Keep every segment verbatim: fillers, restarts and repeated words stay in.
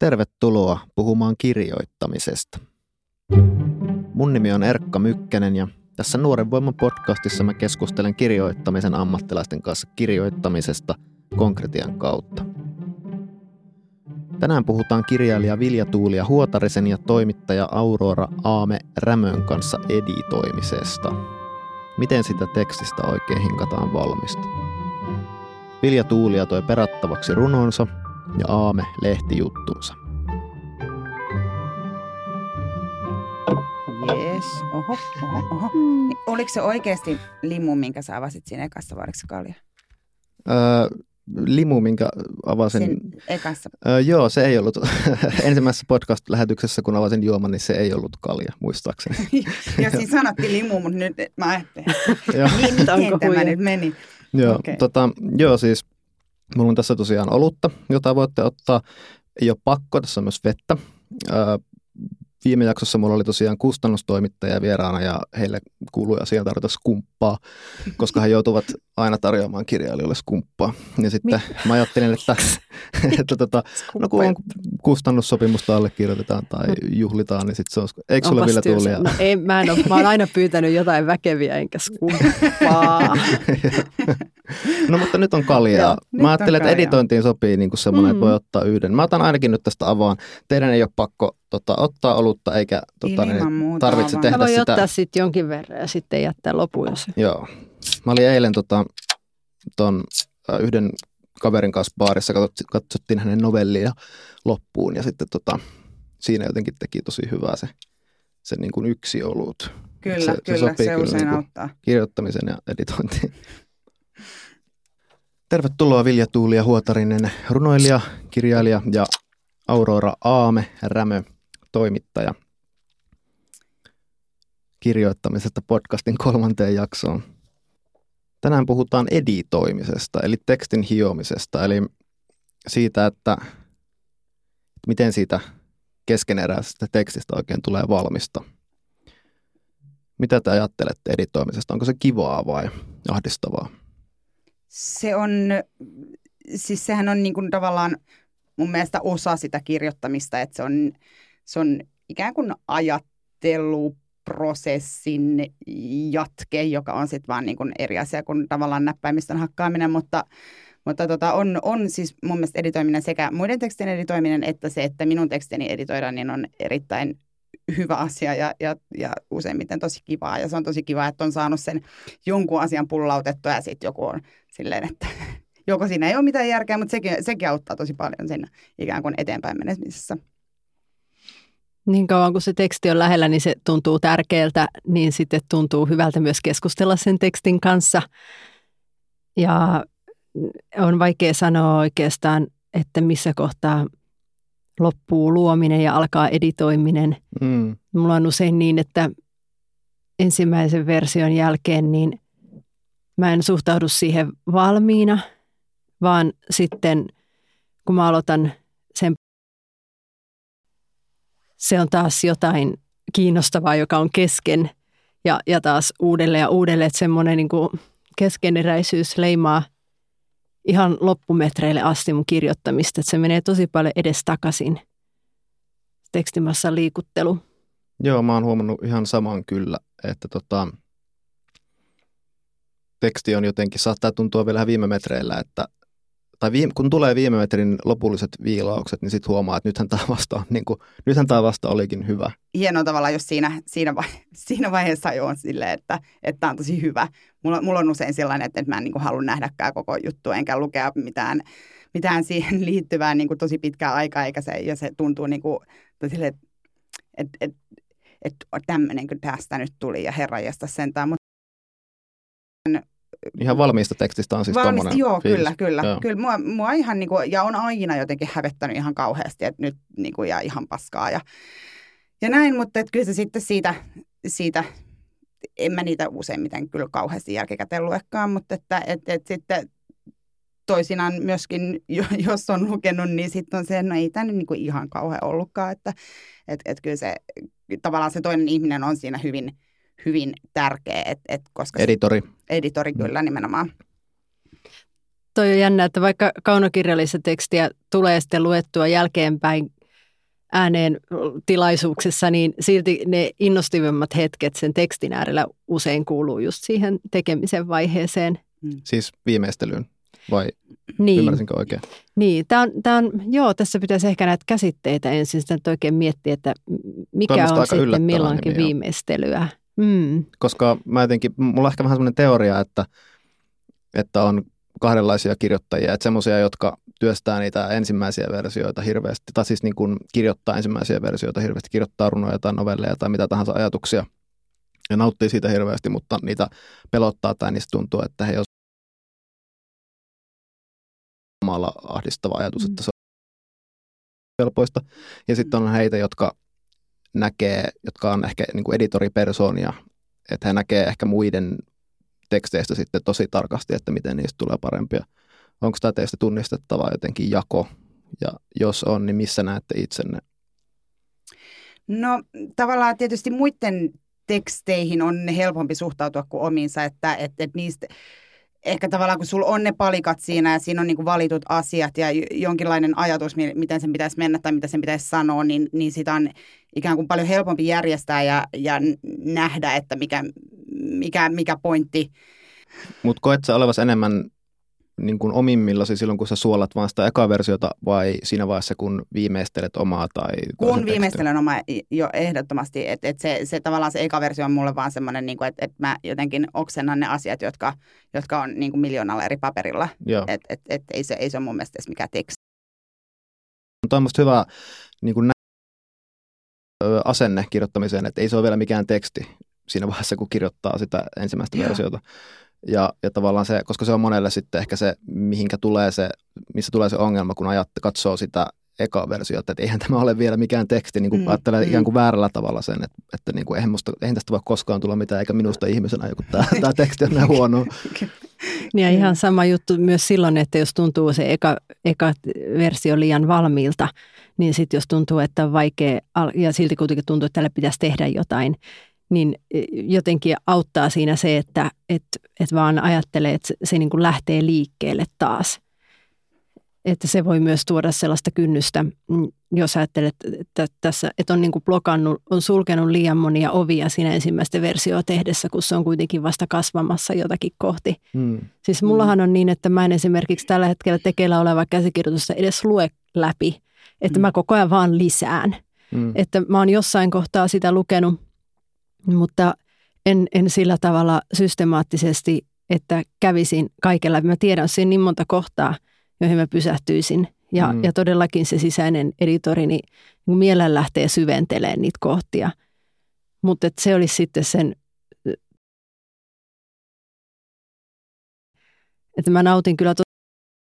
Tervetuloa puhumaan kirjoittamisesta. Mun nimi on Erkka Mykkänen ja tässä Nuoren Voiman podcastissa mä keskustelen kirjoittamisen ammattilaisten kanssa kirjoittamisesta konkretian kautta. Tänään puhutaan kirjailija Vilja-Tuulia Huotarisen ja toimittaja Aurora Aame Rämön kanssa editoimisesta. Miten sitä tekstistä oikein hinkataan valmista? Vilja-Tuulia toi perattavaksi runonsa ja Aame lehtijuttunsa. Jees, oho, oho, oho. Mm. Oliko se oikeasti limu, minkä sä avasit siinä ekassa, vai oliko se kalja? Öö, limu, minkä avasin... Siinä ekassa? Öö, joo, se ei ollut. Ensimmäisessä podcast-lähetyksessä, kun avasin juoman, niin se ei ollut kalja, muistaakseni. Ja siis sanottiin limu, mutta nyt mä ajattelin, niin miten tämä nyt meni? Joo, okay. tota, joo, siis mulla on tässä tosiaan olutta, jota voitte ottaa. Ei ole pakko, tässä on myös vettä. Öö, Viime jaksossa mulla oli tosiaan kustannustoimittaja vieraana ja heille kuului asiaan tarjota skumppaa, koska he joutuvat aina tarjoamaan kirjailijoille skumppaa. Ja sitten Mi- mä ajattelin, että, että tota, no kun on kustannussopimusta allekirjoitetaan tai juhlitaan, niin sitten se on, eikö sulle vielä Tuulia? No ei, mä en ole, mä oon aina pyytänyt jotain väkeviä enkä skumppaa. No mutta nyt on kaljaa. Joo, mä ajattelin, että editointiin sopii niin kuin semmoinen, mm-hmm. että voi ottaa yhden. Mä otan ainakin nyt tästä avaan. Teidän ei ole pakko tota, ottaa olutta eikä tota, niin, tarvitse tehdä sitä. Mä voin sitä. ottaa sitten jonkin verran ja sitten jättää lopun, jos... Joo. Mä olin eilen tota, ton, äh, yhden kaverin kanssa baarissa, katsottiin hänen novellia loppuun ja sitten tota, siinä jotenkin teki tosi hyvää se, se niin kuin yksi olut. Kyllä, se, kyllä, se, sopii se kyllä usein niin auttaa. Kirjoittamisen ja editointiin. Tervetuloa Vilja-Tuulia Huotarinen, runoilija, kirjailija ja Aurora Aame Rämö, toimittaja. Kirjoittamisesta podcastin kolmanteen jaksoon. Tänään puhutaan editoimisesta, eli tekstin hiomisesta, eli siitä, että miten siitä keskeneräisestä tekstistä oikein tulee valmista. Mitä te ajattelette editoimisesta? Onko se kivaa vai ahdistavaa? Se on, siis sehän on niin kuin tavallaan mun mielestä osa sitä kirjoittamista, että se on, se on ikään kuin ajatteluprosessin jatke, joka on sitten vaan niin kuin eri asia kuin tavallaan näppäimistön hakkaaminen, mutta, mutta tota on, on siis mun mielestä editoiminen sekä muiden tekstien editoiminen, että se, että minun tekstini editoidaan, niin on erittäin hyvä asia ja, ja, ja useimmiten tosi kivaa. Ja se on tosi kiva, että on saanut sen jonkun asian pullautettua ja sitten joku on silleen, että joko siinä ei ole mitään järkeä, mutta sekin, sekin auttaa tosi paljon siinä ikään kuin eteenpäin menemisessä. Niin kauan kuin se teksti on lähellä, niin se tuntuu tärkeältä, niin sitten tuntuu hyvältä myös keskustella sen tekstin kanssa. Ja on vaikea sanoa oikeastaan, että missä kohtaa loppuu luominen ja alkaa editoiminen. Mm. Mulla on usein niin, että ensimmäisen version jälkeen niin mä en suhtaudu siihen valmiina, vaan sitten kun mä aloitan sen, se on taas jotain kiinnostavaa, joka on kesken ja, ja taas uudelleen ja uudelleen, että semmoinen niin kuin keskeneräisyys leimaa ihan loppumetreille asti mun kirjoittamista, että se menee tosi paljon edestakaisin tekstimassan liikuttelu. Joo, mä oon huomannut ihan saman kyllä, että tota, teksti on jotenkin, saattaa tuntua vielä viime metreillä, että tai viime, kun tulee viime metrin lopulliset viilaukset, niin sitten huomaa, että nythän tämä vasta, niin kuin, nythän tämä vasta olikin hyvä. Hienoa tavallaan, jos siinä, siinä, vaihe, siinä vaiheessa jo on silleen, että tämä on tosi hyvä. Mulla, mulla on usein sellainen, että mä en niin kuin halua nähdäkään koko juttua, enkä lukea mitään, mitään siihen liittyvää niin kuin tosi pitkää aikaa, eikä se, ja se tuntuu niin kuin, että et, et, et, tämmöinen tästä nyt tuli, ja herranjestas sentään, mutta ihan valmiista tekstistä on siis tommoinen Joo, fiilis. kyllä, kyllä. Joo. Kyllä mua, mua ihan niin kuin, ja on aina jotenkin hävettänyt ihan kauheasti, että nyt niin kuin, ja ihan paskaa ja, ja näin, mutta että kyllä se sitten siitä, siitä, en mä niitä useimmiten kyllä kauheasti jälkikäteen luekaan, mutta että et, et sitten toisinaan myöskin, jos on lukenut, niin sitten on se, että no ei tämä nyt niin kuin ihan kauhean ollutkaan, että et, et kyllä se, tavallaan se toinen ihminen on siinä hyvin, hyvin tärkeä, et, et koska editori. Se, editori kyllä nimenomaan. Toi on jännä, että vaikka kaunokirjallista tekstiä tulee sitten luettua jälkeenpäin ääneen tilaisuuksessa, niin silti ne innostivimmat hetket sen tekstin äärellä usein kuuluu just siihen tekemisen vaiheeseen. Siis viimeistelyyn vai niin. Ymmärsinkö oikein? Niin, tämä on, tämä on, joo, tässä pitäisi ehkä näitä käsitteitä ensin sitten oikein miettiä, että mikä on sitten milloinkin nimi, viimeistelyä. Mm. Koska mä jotenkin, mulla on ehkä vähän semmoinen teoria, että, että on kahdenlaisia kirjoittajia, että semmoisia, jotka työstää niitä ensimmäisiä versioita hirveästi, tai siis niin kuin kirjoittaa ensimmäisiä versioita hirveästi, kirjoittaa runoja tai novelleja tai mitä tahansa ajatuksia ja nauttii siitä hirveästi, mutta niitä pelottaa tai niistä tuntuu, että he on omalla ahdistava ajatus, että se on helpoista. Ja sitten on heitä, jotka näkee, jotka on ehkä niin kuin editoripersoonia, että he näkee ehkä muiden teksteistä sitten tosi tarkasti, että miten niistä tulee parempia. Onko tämä teistä tunnistettava jotenkin jako? Ja jos on, niin missä näette itsenne? No tavallaan tietysti muiden teksteihin on helpompi suhtautua kuin omiinsa, että, että, että niistä ehkä tavallaan kun sulla on ne palikat siinä ja siinä on niin kuin valitut asiat ja jonkinlainen ajatus, miten sen pitäisi mennä tai mitä sen pitäisi sanoa, niin, niin sitä on ikään kuin paljon helpompi järjestää ja, ja nähdä, että mikä, mikä, mikä pointti. Mutta koet sä olevasi enemmän niin kuin omimmillasi silloin, kun sä suolat vaan sitä ekaa versiota vai siinä vaiheessa, kun viimeistelet omaa tai kun viimeistelen omaa jo ehdottomasti, että et se, se tavallaan se eka versio on mulle vaan semmoinen, niin että et mä jotenkin oksennan ne asiat, jotka, jotka on niin kuin miljoonalla eri paperilla, että et, et, ei, se, ei se ole mun mielestä edes mikään teksti. Tuo on musta hyvä niin kuin nä- asenne kirjoittamiseen, että ei se ole vielä mikään teksti siinä vaiheessa, kun kirjoittaa sitä ensimmäistä Joo. versiota. Ja, ja tavallaan se, koska se on monelle sitten ehkä se, mihinkä tulee se, missä tulee se ongelma, kun ajat, katsoo sitä ekaa versiota, että eihän tämä ole vielä mikään teksti, niin kuin mm, ajattelee mm. ikään kuin väärällä tavalla sen, että, että niin kuin, eihän, musta, eihän tästä voi koskaan tulla mitään, eikä minusta ihmisenä joku tämä, tämä teksti on näin huono. Ja ihan sama juttu myös silloin, että jos tuntuu se eka, eka versio liian valmiilta, niin sitten jos tuntuu, että on vaikea, ja silti kuitenkin tuntuu, että tälle pitäisi tehdä jotain, niin jotenkin auttaa siinä se, että et, et vaan ajattelee, että se niin kuin lähtee liikkeelle taas. Että se voi myös tuoda sellaista kynnystä, jos ajattelet, että, tässä, että on niin kuin blokannut, on sulkenut liian monia ovia siinä ensimmäistä versioa tehdessä, kun se on kuitenkin vasta kasvamassa jotakin kohti. Hmm. Siis mullahan on niin, että mä en esimerkiksi tällä hetkellä tekeillä oleva käsikirjoitusta edes lue läpi, että hmm. mä koko ajan vaan lisään. Hmm. Että mä oon jossain kohtaa sitä lukenut, mutta en, en sillä tavalla systemaattisesti, että kävisin kaikella. Mä tiedän siinä niin monta kohtaa, joihin mä pysähtyisin. Ja, mm. ja todellakin se sisäinen editori niin mielellä lähtee syventelemään niitä kohtia. Mutta se olisi sitten sen, että mä nautin kyllä to-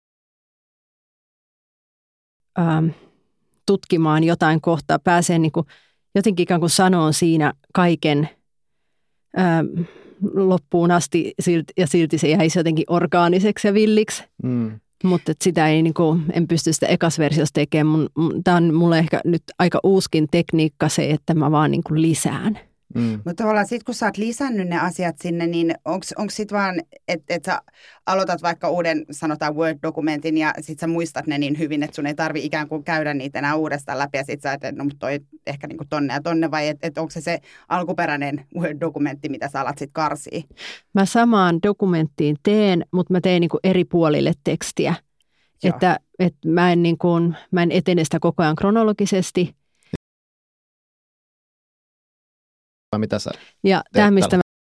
ähm, tutkimaan jotain kohtaa. Pääsee niin kuin jotenkin ikään kuin sanoon siinä kaiken ää, loppuun asti ja silti se jäisi jotenkin orgaaniseksi ja villiksi. Mm. Mutta sitä ei, niin kuin, en pysty sitä ekasversiosta tekemään. Tämä on mulle ehkä nyt aika uuskin tekniikka se, että mä vaan niin kuin lisään. Mm. Mutta tavallaan sitten kun sä oot lisännyt ne asiat sinne, niin onko sitten vaan, että et sä aloitat vaikka uuden, sanotaan Word-dokumentin ja sit sä muistat ne niin hyvin, että sun ei tarvi ikään kuin käydä niitä enää uudestaan läpi ja sit sä et, no toi ehkä niinku tonne ja tonne vai että et onko se se alkuperäinen Word-dokumentti, mitä sä alat sitten karsii? Mä samaan dokumenttiin teen, mutta mä teen niinku eri puolille tekstiä. Joo. Että et mä, en niinku, mä en etene sitä koko ajan kronologisesti. Mitä sä ja tämä, mistä mä,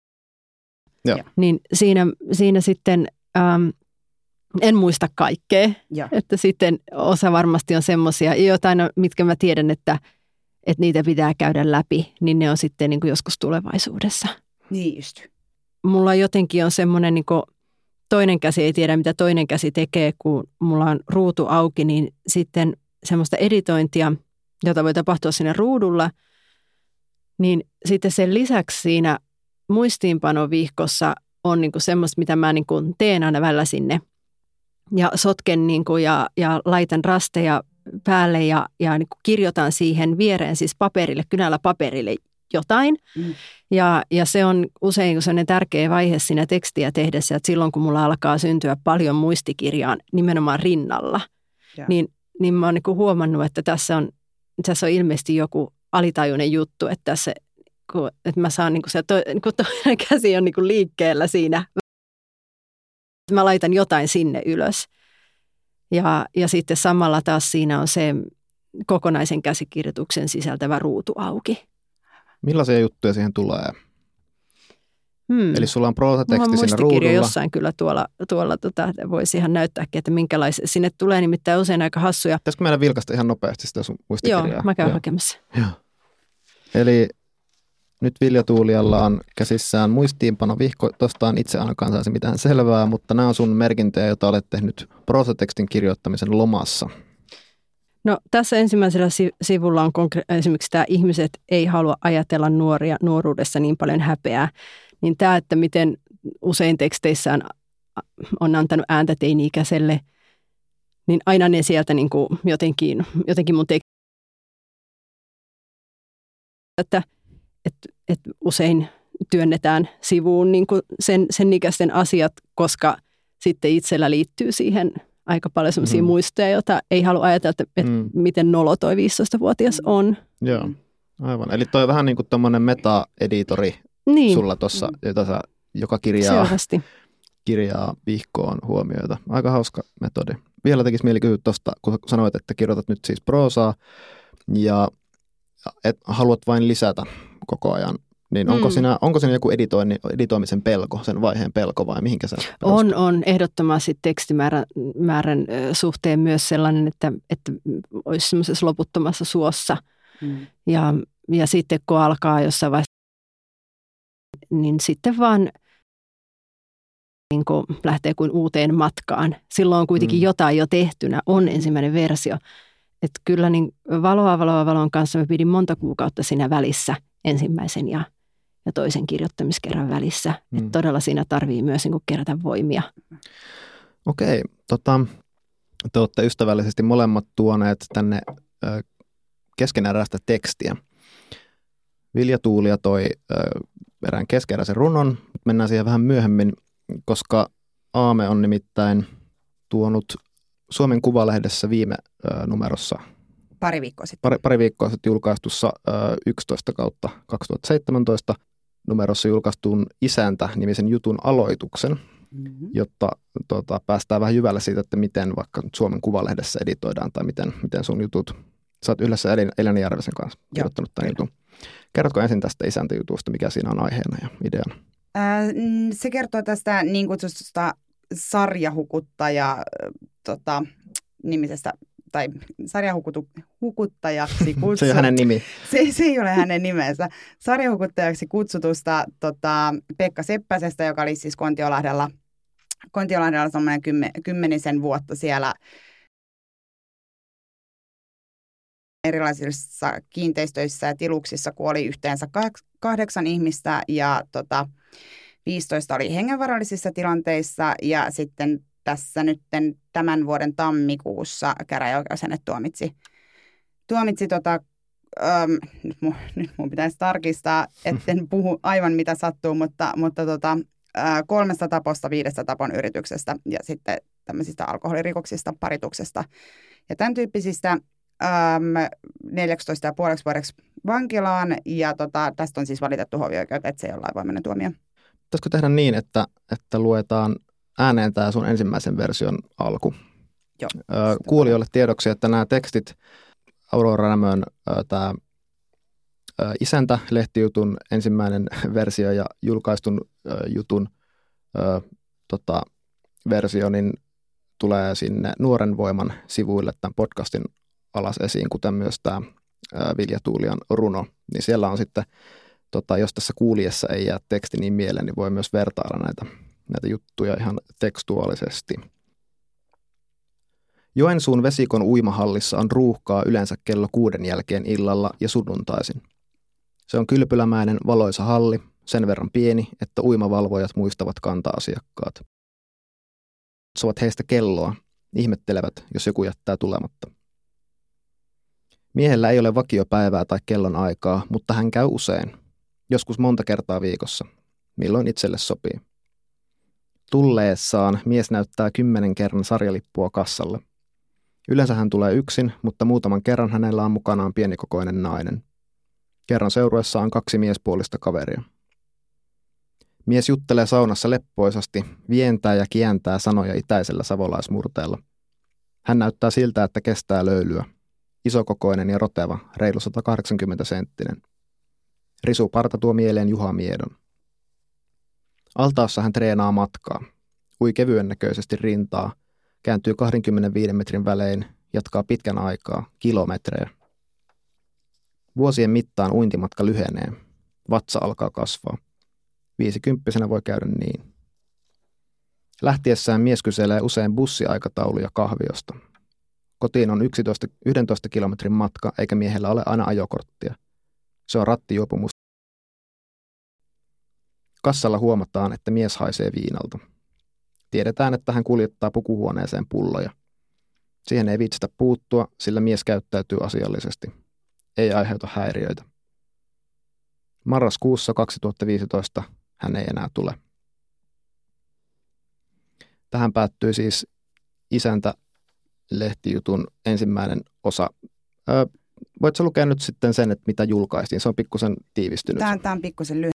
niin siinä, siinä sitten äm, en muista kaikkea, ja. Että sitten osa varmasti on semmoisia, jotain, mitkä mä tiedän, että, että niitä pitää käydä läpi, niin ne on sitten niin kuin joskus tulevaisuudessa. Niin just. Mulla jotenkin on semmoinen, niin kuin toinen käsi ei tiedä, mitä toinen käsi tekee, kun mulla on ruutu auki, niin sitten semmoista editointia, jota voi tapahtua sinne ruudulla, niin sitten sen lisäksi siinä muistiinpanovihkossa on niinku semmoista, mitä mä niinku teen aina välillä sinne. Ja sotken niinku ja, ja laitan rasteja päälle ja, ja niinku kirjoitan siihen viereen, siis paperille, kynällä paperille jotain. Mm. Ja, ja se on usein sellainen tärkeä vaihe siinä tekstiä tehdessä, että silloin kun mulla alkaa syntyä paljon muistikirjaan nimenomaan rinnalla, yeah. niin, niin mä oon niinku huomannut, että tässä on tässä on ilmeisesti joku alitajuinen juttu, että, tässä, kun, että mä saan niin kuin se to, niin kuin toinen käsi on niin kuin liikkeellä siinä. Mä laitan jotain sinne ylös. Ja, ja sitten samalla taas siinä on se kokonaisen käsikirjoituksen sisältävä ruutu auki. Millaisia juttuja siihen tulee? Hmm. Eli sulla on proosateksti siinä ruudulla. Muistikirja jossain kyllä tuolla, tuolla tota, voisi ihan näyttääkin, että minkälaisia. Sinne tulee nimittäin usein aika hassuja. Pitäisikö meidän vilkaista ihan nopeasti sitä sun muistikirjaa? Joo, mä käyn Joo. hakemassa. Joo. Eli nyt Vilja Tuulialla on käsissään muistiinpanovihko. Tuosta on itse ainakaan saisi mitään selvää, mutta nämä on sun merkintöjä, joita olet tehnyt proosatekstin kirjoittamisen lomassa. No tässä ensimmäisellä sivulla on konkre- esimerkiksi tämä ihmiset ei halua ajatella nuoria nuoruudessa niin paljon häpeää. Niin tämä, että miten usein teksteissään on antanut ääntä teini-ikäiselle, niin aina ne sieltä niin kuin jotenkin, jotenkin mun teksti, että, että, että usein työnnetään sivuun niin kuin sen, sen ikäisten asiat, koska sitten itsellä liittyy siihen aika paljon sellaisia mm. muistoja, joita ei halua ajatella, että, että mm. miten nolo toi viisitoistavuotias on. Joo, aivan. Eli toi vähän niin kuin tommoinen meta-editori niin. Sulla tuossa, jota sä, joka kirjaa, kirjaa vihkoon huomioita. Aika hauska metodi. Vielä tekisi mieli kysyä tuosta, kun sanoit, että kirjoitat nyt siis proosaa ja et, haluat vain lisätä koko ajan. Niin mm. onko, siinä, onko siinä joku editoinni, editoimisen pelko, sen vaiheen pelko vai mihinkä se perustuu? On, on ehdottomasti tekstimäärän määrän, suhteen myös sellainen, että, että olisi semmoisessa loputtomassa suossa. Mm. Ja, ja sitten kun alkaa jossain vaiheessa, niin sitten vaan niin kuin lähtee kuin uuteen matkaan. Silloin on kuitenkin mm. jotain jo tehtynä, on ensimmäinen versio. Että kyllä niin valoa, valoa, valon kanssa mä pidin monta kuukautta siinä välissä, ensimmäisen ja, ja toisen kirjoittamiskerran välissä. Mm. Että todella siinä tarvii myös niin kuin kerätä voimia. Okei, tota, te olette ystävällisesti molemmat tuoneet tänne ö, keskeneräistä tekstiä. Vilja Tuulia toi ö, erään keskeneräisen runon, mennään siihen vähän myöhemmin, koska Aame on nimittäin tuonut Suomen Kuvalehdessä viime ö, numerossa Pari viikkoa sitten. Pari, pari viikkoa sitten julkaistussa ö, yksitoista kautta kaksituhattaseitsemäntoista numerossa julkaistun Isäntä-nimisen jutun aloituksen, mm-hmm. jotta tota, päästään vähän jyvälle siitä, että miten vaikka Suomen Kuvalehdessä editoidaan tai miten, miten sun jutut. Sä oot yhdessä Elina Järvisen kanssa kirjoittanut tämän jutun. Kerrotko ensin tästä Isäntä-jutusta, mikä siinä on aiheena ja ideana? Ää, se kertoo tästä niin kutsutusta sarjahukuttaja tota, nimisestä tai sarjahukuttajaksi kutsu. Se ei ole hänen nimi. Se, se ei ole hänen nimensä. Sarjahukuttajaksi kutsutusta tota, Pekka Seppäsestä, joka oli siis Kontiolahdella, Kontiolahdella semmoinen kymmen, kymmenisen vuotta siellä erilaisissa kiinteistöissä ja tiluksissa kuoli yhteensä kahdeksan ihmistä ja tota, viisitoista oli hengenvaarallisissa tilanteissa ja sitten tässä nyt tämän vuoden tammikuussa käräjäoikeus hänet tuomitsi, tuomitsi tota, äm, nyt, mun, nyt mun pitäisi tarkistaa, etten puhu aivan mitä sattuu, mutta, mutta tota, ä, kolmesta taposta, viidestä tapon yrityksestä ja sitten tämmöisistä alkoholirikoksista, parituksesta ja tämän tyyppisistä äm, neljätoista ja puoleksi vuodeksi vankilaan ja tota, tästä on siis valitettu hovioikeuteen, että se ei ole lainvoimainen tuomio. Pitäisikö tehdä niin, että, että luetaan ääneen tämä sun ensimmäisen version alku? Joo. Ö, kuulijoille tiedoksi, että nämä tekstit, Aurora Rämön tämä Isäntä-lehtijutun ensimmäinen versio ja julkaistun ö, jutun ö, tota, versio, niin tulee sinne Nuoren Voiman sivuille tämän podcastin alas esiin, kuten myös tämä ö, Vilja Tuulian runo. Niin siellä on sitten, tota, jos tässä kuulijassa ei jää teksti niin mieleen, niin voi myös vertailla näitä näitä juttuja ihan tekstuaalisesti. Joensuun vesikon uimahallissa on ruuhkaa yleensä kello kuuden jälkeen illalla ja sunnuntaisin. Se on kylpylämäinen valoisa halli, sen verran pieni, että uimavalvojat muistavat kanta-asiakkaat. Katsovat heistä kelloa, ihmettelevät, jos joku jättää tulematta. Miehellä ei ole vakiopäivää tai kellon aikaa, mutta hän käy usein, joskus monta kertaa viikossa, milloin itselle sopii. Tulleessaan mies näyttää kymmenen kerran sarjalippua kassalle. Yleensä hän tulee yksin, mutta muutaman kerran hänellä on mukanaan pienikokoinen nainen. Kerran seurueessa on kaksi miespuolista kaveria. Mies juttelee saunassa leppoisasti, vientää ja kientää sanoja itäisellä savolaismurteella. Hän näyttää siltä, että kestää löylyä. Isokokoinen ja roteva, reilu sata kahdeksankymmentä senttinen. Risuparta tuo mieleen Juha Miedon. Altaassa hän treenaa matkaa. Ui kevyen näköisesti rintaa, kääntyy kaksikymmentäviisi metrin välein, jatkaa pitkän aikaa, kilometrejä. Vuosien mittaan uintimatka lyhenee. Vatsa alkaa kasvaa. Viisikymppisenä voi käydä niin. Lähtiessään mies kyselee usein bussiaikatauluja kahviosta. Kotiin on yksitoista, yksitoista kilometrin matka, eikä miehellä ole aina ajokorttia. Se on rattijuopumus. Kassalla huomataan, että mies haisee viinalta. Tiedetään, että hän kuljettaa pukuhuoneeseen pulloja. Siihen ei viitsitä puuttua, sillä mies käyttäytyy asiallisesti. Ei aiheuta häiriöitä. Marraskuussa kaksituhattaviisitoista hän ei enää tule. Tähän päättyy siis Isäntä-lehtijutun ensimmäinen osa. Öö, voitko lukea nyt sitten sen, että mitä julkaistiin? Se on pikkusen tiivistynyt. Tämä, tämä on pikkusen lyhyt.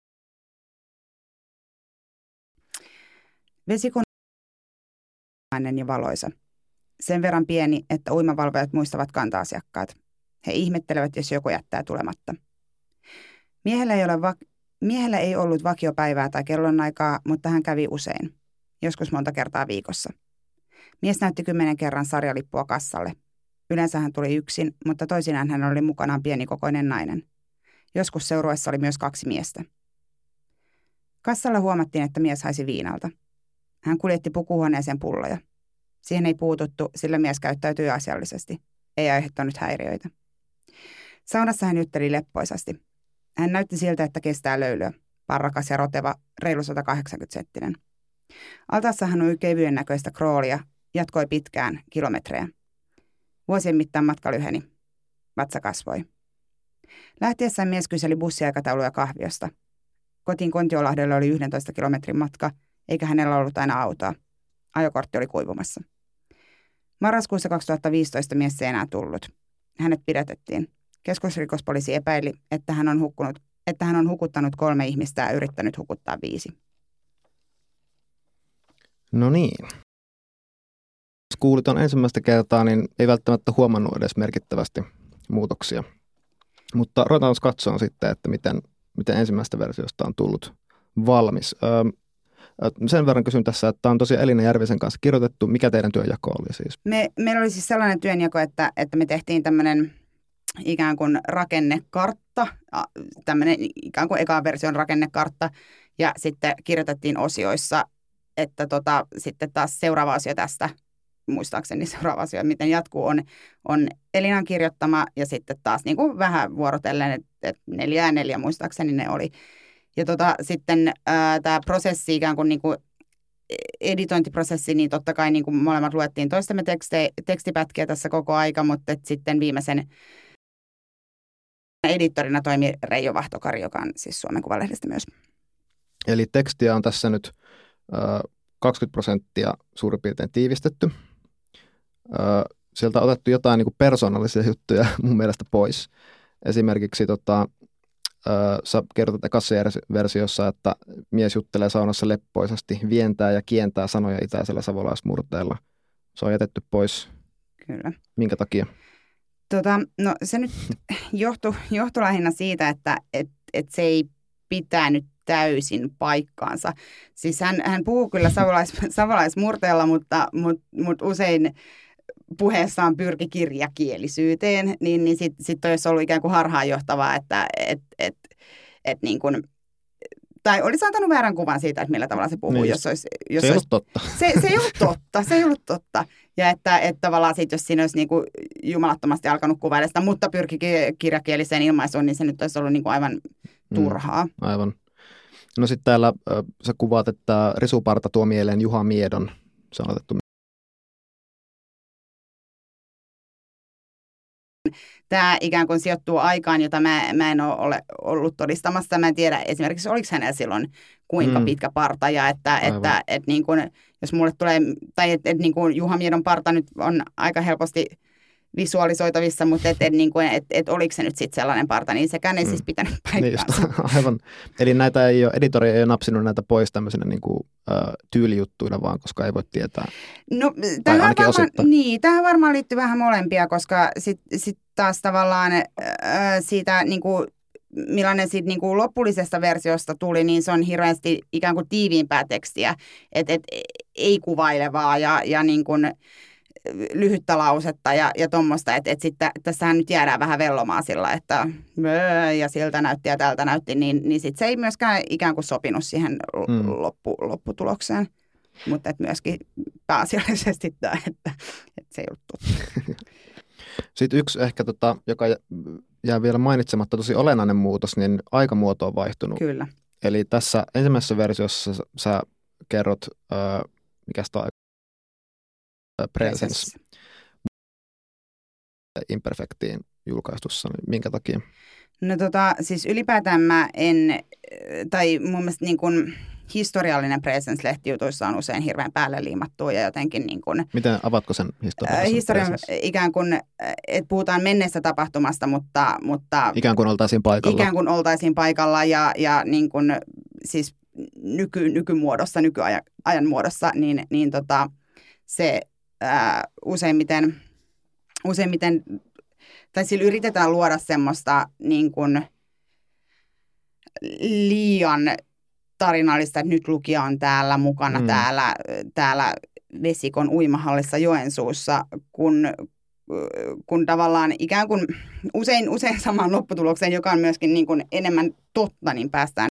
Vesikone ja valoisa. Sen verran pieni, että uimavalvojat muistavat kanta-asiakkaat. He ihmettelevät, jos joku jättää tulematta. Miehellä ei, ole va- Miehellä ei ollut vakiopäivää tai kellonaikaa, mutta hän kävi usein. Joskus monta kertaa viikossa. Mies näytti kymmenen kerran sarjalippua kassalle. Yleensä hän tuli yksin, mutta toisinaan hän oli mukanaan pienikokoinen nainen. Joskus seurueessa oli myös kaksi miestä. Kassalla huomattiin, että mies haisi viinalta. Hän kuljetti pukuhuoneeseen pulloja. Siihen ei puututtu, sillä mies käyttäytyi asiallisesti. Ei aiheuttanut häiriöitä. Saunassa hän jutteli leppoisasti. Hän näytti siltä, että kestää löylyä. Parrakas ja roteva, reilu sata kahdeksankymmentä senttinen. Altaassa hän ui kevyen näköistä kroolia, jatkoi pitkään, kilometrejä. Vuosien mittaan matka lyheni. Vatsa kasvoi. Lähtiessään mies kyseli bussiaikatauluja kahviosta. Kotiin Kontiolahdelle oli yksitoista kilometrin matka, eikä hänellä ollut aina autoa. Ajokortti oli kuivumassa. Marraskuussa kaksituhattaviisitoista mies ei enää tullut. Hänet pidätettiin. Keskusrikospoliisi epäili, että hän on, hukkunut, että hän on hukuttanut kolme ihmistä ja yrittänyt hukuttaa viisi. No niin. Jos kuulit on ensimmäistä kertaa, niin ei välttämättä huomannut edes merkittävästi muutoksia. Mutta ruvetaan katsomaan sitten, että miten, miten ensimmäistä versiosta on tullut valmis. Öö, sen verran kysyn tässä, että tämä on tosiaan Elina Järvisen kanssa kirjoitettu. Mikä teidän työnjako oli siis? Me, meillä oli siis sellainen työnjako, että, että me tehtiin tämmöinen ikään kuin rakennekartta, tämmöinen ikään kuin ekan version rakennekartta, ja sitten kirjoitettiin osioissa, että tota, sitten taas seuraava osio tästä, muistaakseni seuraava osio, miten jatkuu, on, on Elinan kirjoittama, ja sitten taas niin kuin vähän vuorotellen, että et neljä ja neljä muistaakseni ne oli. Ja tota, sitten tämä prosessi, ikään kuin, niin kuin editointiprosessi, niin totta kai niin kuin molemmat luettiin toistemme tekste, tekstipätkiä tässä koko aika, mutta et sitten viimeisen edittorina toimi Reijo Vahtokari, joka on siis Suomen Kuvalehdestä myös. Eli tekstiä on tässä nyt äh, kaksikymmentä prosenttia suurin piirtein tiivistetty. Äh, sieltä on otettu jotain niin kuin persoonallisia juttuja mun mielestä pois. Esimerkiksi tota, äh, sä kerrotat ekassa versiossa, että mies juttelee saunassa leppoisasti, vientää ja kientää sanoja itäisellä savolaismurteella. Se on jätetty pois. Kyllä. Minkä takia? Tota, no se nyt johtui, johtui lähinnä siitä, että et, et se ei pitänyt täysin paikkaansa. Siis hän, hän puhuu kyllä savolais, savolaismurteella, mutta mut, mut usein puheessaan pyrki kirjakielisyyteen, niin, niin sitten sit olisi ollut ikään kuin harhaanjohtavaa, että et, et, et niin kuin, tai olisi antanut väärän kuvan siitä, että millä tavalla se puhuu. Niin, jos olisi, jos se ei olisi, ollut totta. Se, se ei ollut totta, se ei ollut totta. Ja että, että tavallaan sit, jos siinä olisi niin kuin jumalattomasti alkanut kuvailla sitä, mutta pyrki kirjakieliseen ilmaisuun, niin se nyt olisi ollut niin kuin aivan turhaa. Mm, aivan. No sitten täällä äh, sä kuvaat, että Risuparta tuo mieleen Juha Miedon. Se on otettu. Tämä ikään kuin sijoittuu aikaan, jota mä, mä en ole ollut todistamassa. Mä en tiedä esimerkiksi, oliko hänellä silloin kuinka mm. pitkä parta. Ja että, että, että niin kuin, jos mulle tulee, tai että et, niin kuin Juha Miedon parta nyt on aika helposti visualisoitavissa, mutta että et, niin et, et, oliko se nyt sitten sellainen parta, niin sekään ei mm. siis pitänyt paikkaansa. Niin just, aivan. Eli näitä ei ole, editori ei ole napsinut näitä pois tämmöisenä niin kuin, äh, tyylijuttuina vaan, koska ei voi tietää. No tähän varmaan, niin, tähän varmaan liittyy vähän molempia, koska sitten sit taas tavallaan äh, siitä niin kuin, millainen siitä niin kuin lopullisesta versiosta tuli, niin se on hirveästi ikään kuin tiiviimpää tekstiä, että et, ei kuvailevaa ja, ja niin kuin lyhyttä lausetta ja, ja tuommoista, että et sitten tässähän nyt jäädään vähän vellomaan sillä, että ja siltä näytti ja tältä näytti, niin, niin sitten se ei myöskään ikään kuin sopinut siihen mm. loppu, lopputulokseen. Mutta et myöskin pääasiallisesti tämä, että, että se ei ollut totta. Sitten yksi ehkä, tota, joka jää vielä mainitsematta, tosi olennainen muutos, niin aikamuoto on vaihtunut. Kyllä. Eli tässä ensimmäisessä versiossa sä kerrot, äh, mikä sitä on, Presence Imperfectiin julkaistussa, niin minkä takia? No tota, siis ylipäätään mä en, tai mun mielestä niin kuin historiallinen Presence-lehtijutuissa on usein hirveän päälle liimattua ja jotenkin niin kuin... Miten, avatko sen historiallisen Historian ikään kuin, että puhutaan menneestä tapahtumasta, mutta... mutta ikään kuin oltaisiin paikalla. Ikään kuin oltaisiin paikalla ja, ja niin kuin siis nyky, nykymuodossa, nykyajan ajan muodossa, niin, niin tota, se... Ää, useimmiten, useimmiten, tai sillä yritetään luoda semmoista niin kuin liian tarinallista, että nyt lukija on täällä mukana mm. täällä, täällä Vesikon uimahallissa Joensuussa, kun, kun tavallaan ikään kuin usein, usein samaan lopputulokseen, joka on myöskin niin kuin enemmän totta, niin päästään.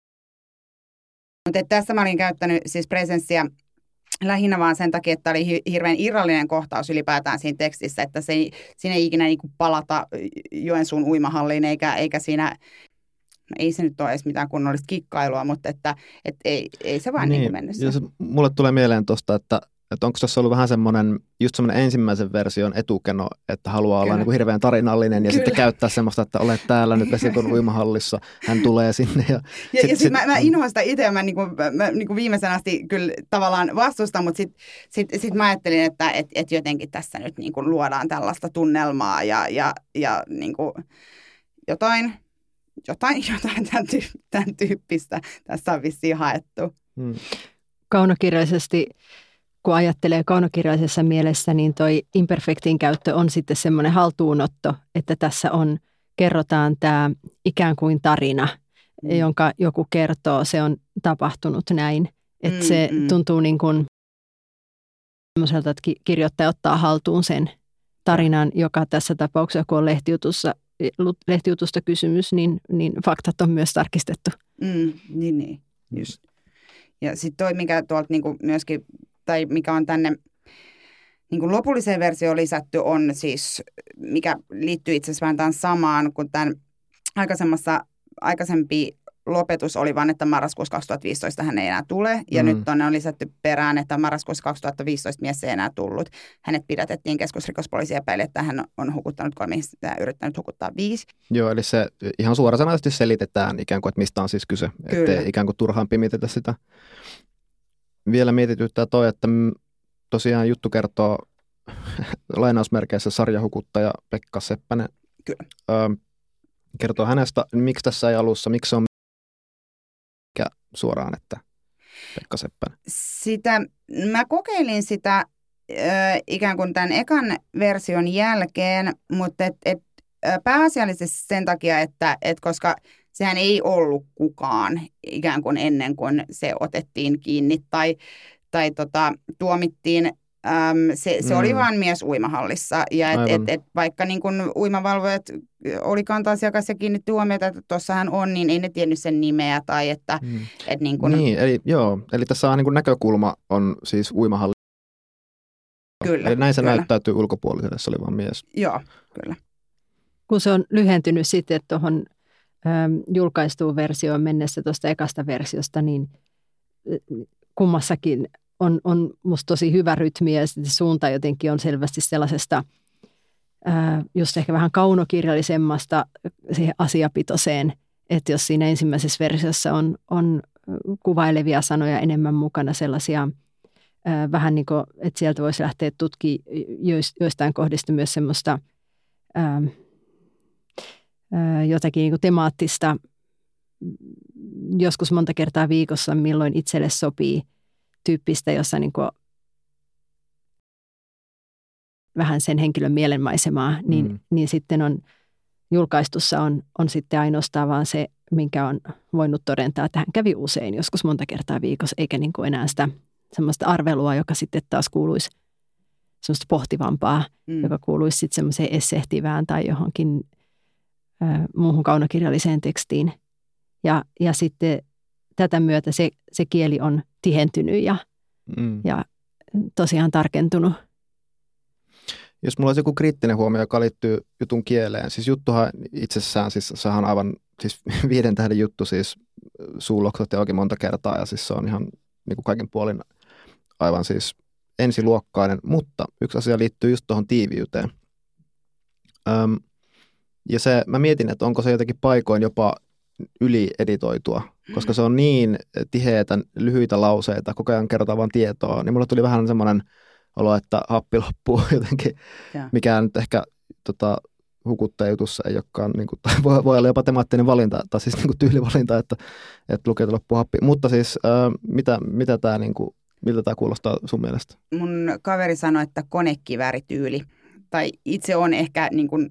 Mutta tässä mä olin käyttänyt siis Presenssiä lähinnä vaan sen takia, että oli hirveän irrallinen kohtaus ylipäätään siinä tekstissä, että se ei, siinä ei ikinä niin kuin palata Joensuun uimahalliin, eikä, eikä siinä, no ei se nyt ole edes mitään kunnollista kikkailua, mutta että, et ei, ei se vaan niin, niin kuin mennessä. Se, mulle tulee mieleen tuosta, että, että onko tässä ollut vähän semmoinen, just semmoinen ensimmäisen version etukeno, että haluaa Kyllä. olla niin kuin hirveän tarinallinen ja Kyllä. sitten käyttää semmoista, että olet täällä nyt Vesikon uimahallissa, hän tulee sinne. Ja, ja, sit, ja sit sit, mä, mä inhoan sitä itse, mä, niin kuin, mä niin kuin viimeisen asti kyllä tavallaan vastustan, mutta sitten sit, sit mä ajattelin, että et, et jotenkin tässä nyt niin kuin luodaan tällaista tunnelmaa ja, ja, ja niin kuin jotain, jotain, jotain tämän, tyyp- tämän tyyppistä tässä on vissiin haettu. Hmm. Kaunokirjaisesti kun ajattelee kaunokirjallisessa mielessä, niin toi imperfektin käyttö on sitten semmoinen haltuunotto, että tässä on, kerrotaan tämä ikään kuin tarina, mm. jonka joku kertoo, se on tapahtunut näin. Että mm, se mm. tuntuu niin kuin semmoiselta, että kirjoittaja ottaa haltuun sen tarinan, joka tässä tapauksessa, kun on lehtijutussa, lehtijutusta kysymys, niin, niin faktat on myös tarkistettu. Mm, niin, niin, just. Ja sitten toi, mikä tuolta niinku myöskin tai mikä on tänne niin kuin lopulliseen versioon lisätty, on siis, mikä liittyy itse asiassa vähän tämän samaan, kun tämän aikaisemmassa, aikaisempi lopetus oli vain, että marraskuussa kaksituhattaviisitoista hän ei enää tule, ja mm. nyt tuonne on lisätty perään, että marraskuussa kaksituhattaviisitoista mies ei enää tullut. Hänet pidätettiin keskusrikospoliisi epäili, että hän on hukuttanut kolme ja yrittänyt hukuttaa viisi. Joo, eli se ihan suorasanaisesti selitetään ikään kuin, että mistä on siis kyse, ettei ikään kuin turhaan pimitetä sitä. Vielä mietityttää toi, että tosiaan juttu kertoo lainausmerkeissä sarjahukuttaja Pekka Seppänen. Kyllä. Öö, kertoo hänestä, miksi tässä ei alussa, miksi se on mikä suoraan, että Pekka Seppänen. Sitä, mä kokeilin sitä ö, ikään kuin tämän ekan version jälkeen, mutta et, et, pääasiallisesti sen takia, että et koska sehän ei ollut kukaan ikään kuin ennen kuin se otettiin kiinni tai, tai tota, tuomittiin. Äm, se se mm. oli vain mies uimahallissa. Ja et, et, et, vaikka niin kun uimavalvojat oli kanta-asiakas ja kiinnitti huomiota, että tuossahan on, niin ei ne tiennyt sen nimeä. Tai että, mm. et niin, kun... niin, eli, joo, eli tässä on niin kuin näkökulma on siis uimahalli. Kyllä. Eli näin se kyllä. näyttäytyy ulkopuoliselle, se oli vain mies. Joo, kyllä. Kun se on lyhentynyt sitten tuohon julkaistuun versioon mennessä tuosta ekasta versiosta, niin kummassakin on, on musta tosi hyvä rytmi ja suunta jotenkin on selvästi sellaisesta ää, just ehkä vähän kaunokirjallisemmasta siihen asiapitoiseen, että jos siinä ensimmäisessä versiossa on, on kuvailevia sanoja enemmän mukana sellaisia vähän niin kuin, että sieltä voisi lähteä tutkimaan joistain kohdista myös semmoista ää, ää, jotakin niin kuin temaattista, joskus monta kertaa viikossa, milloin itselle sopii tyyppistä, jossa niin kuin vähän sen henkilön mielenmaisemaa, niin, mm. niin sitten on julkaistussa on, on sitten ainoastaan vaan se, minkä on voinut todentaa, että hän kävi usein, joskus monta kertaa viikossa, eikä niin kuin enää sitä semmoista arvelua, joka sitten taas kuuluisi semmoista pohtivampaa, mm. joka kuuluisi sitten semmoiseen essehtivään tai johonkin ö, muuhun kaunokirjalliseen tekstiin. Ja, ja sitten tätä myötä se, se kieli on tihentynyt ja, mm. ja tosiaan tarkentunut. Jos mulla olisi joku kriittinen huomio, joka liittyy jutun kieleen, siis juttuhan itsessään, siis sehän on aivan siis viiden tähden juttu, siis suuloksat ja oikein monta kertaa, ja siis se on ihan niin kuin kaikin puolin aivan siis ensiluokkainen, mutta yksi asia liittyy just tuohon tiiviyteen. Öm, ja se, mä mietin, että onko se jotenkin paikoin jopa ylieditoitua, koska se on niin tiheitä, lyhyitä lauseita, koko ajan kerrotaan vaan tietoa, niin mulla tuli vähän semmoinen olo, että happi loppuu jotenkin, ja. Mikä nyt ehkä tota, hukuttajutussa ei olekaan, niin kuin, tai voi, voi olla jopa temaattinen valinta, tai siis niin kuin tyylivalinta, että, että lukijalta loppuu happi. Mutta siis äh, mitä, mitä tämä, niin kuin, miltä tämä kuulostaa sun mielestä? Mun kaveri sanoi, että konekiväärityyli, tai itse on ehkä niin kuin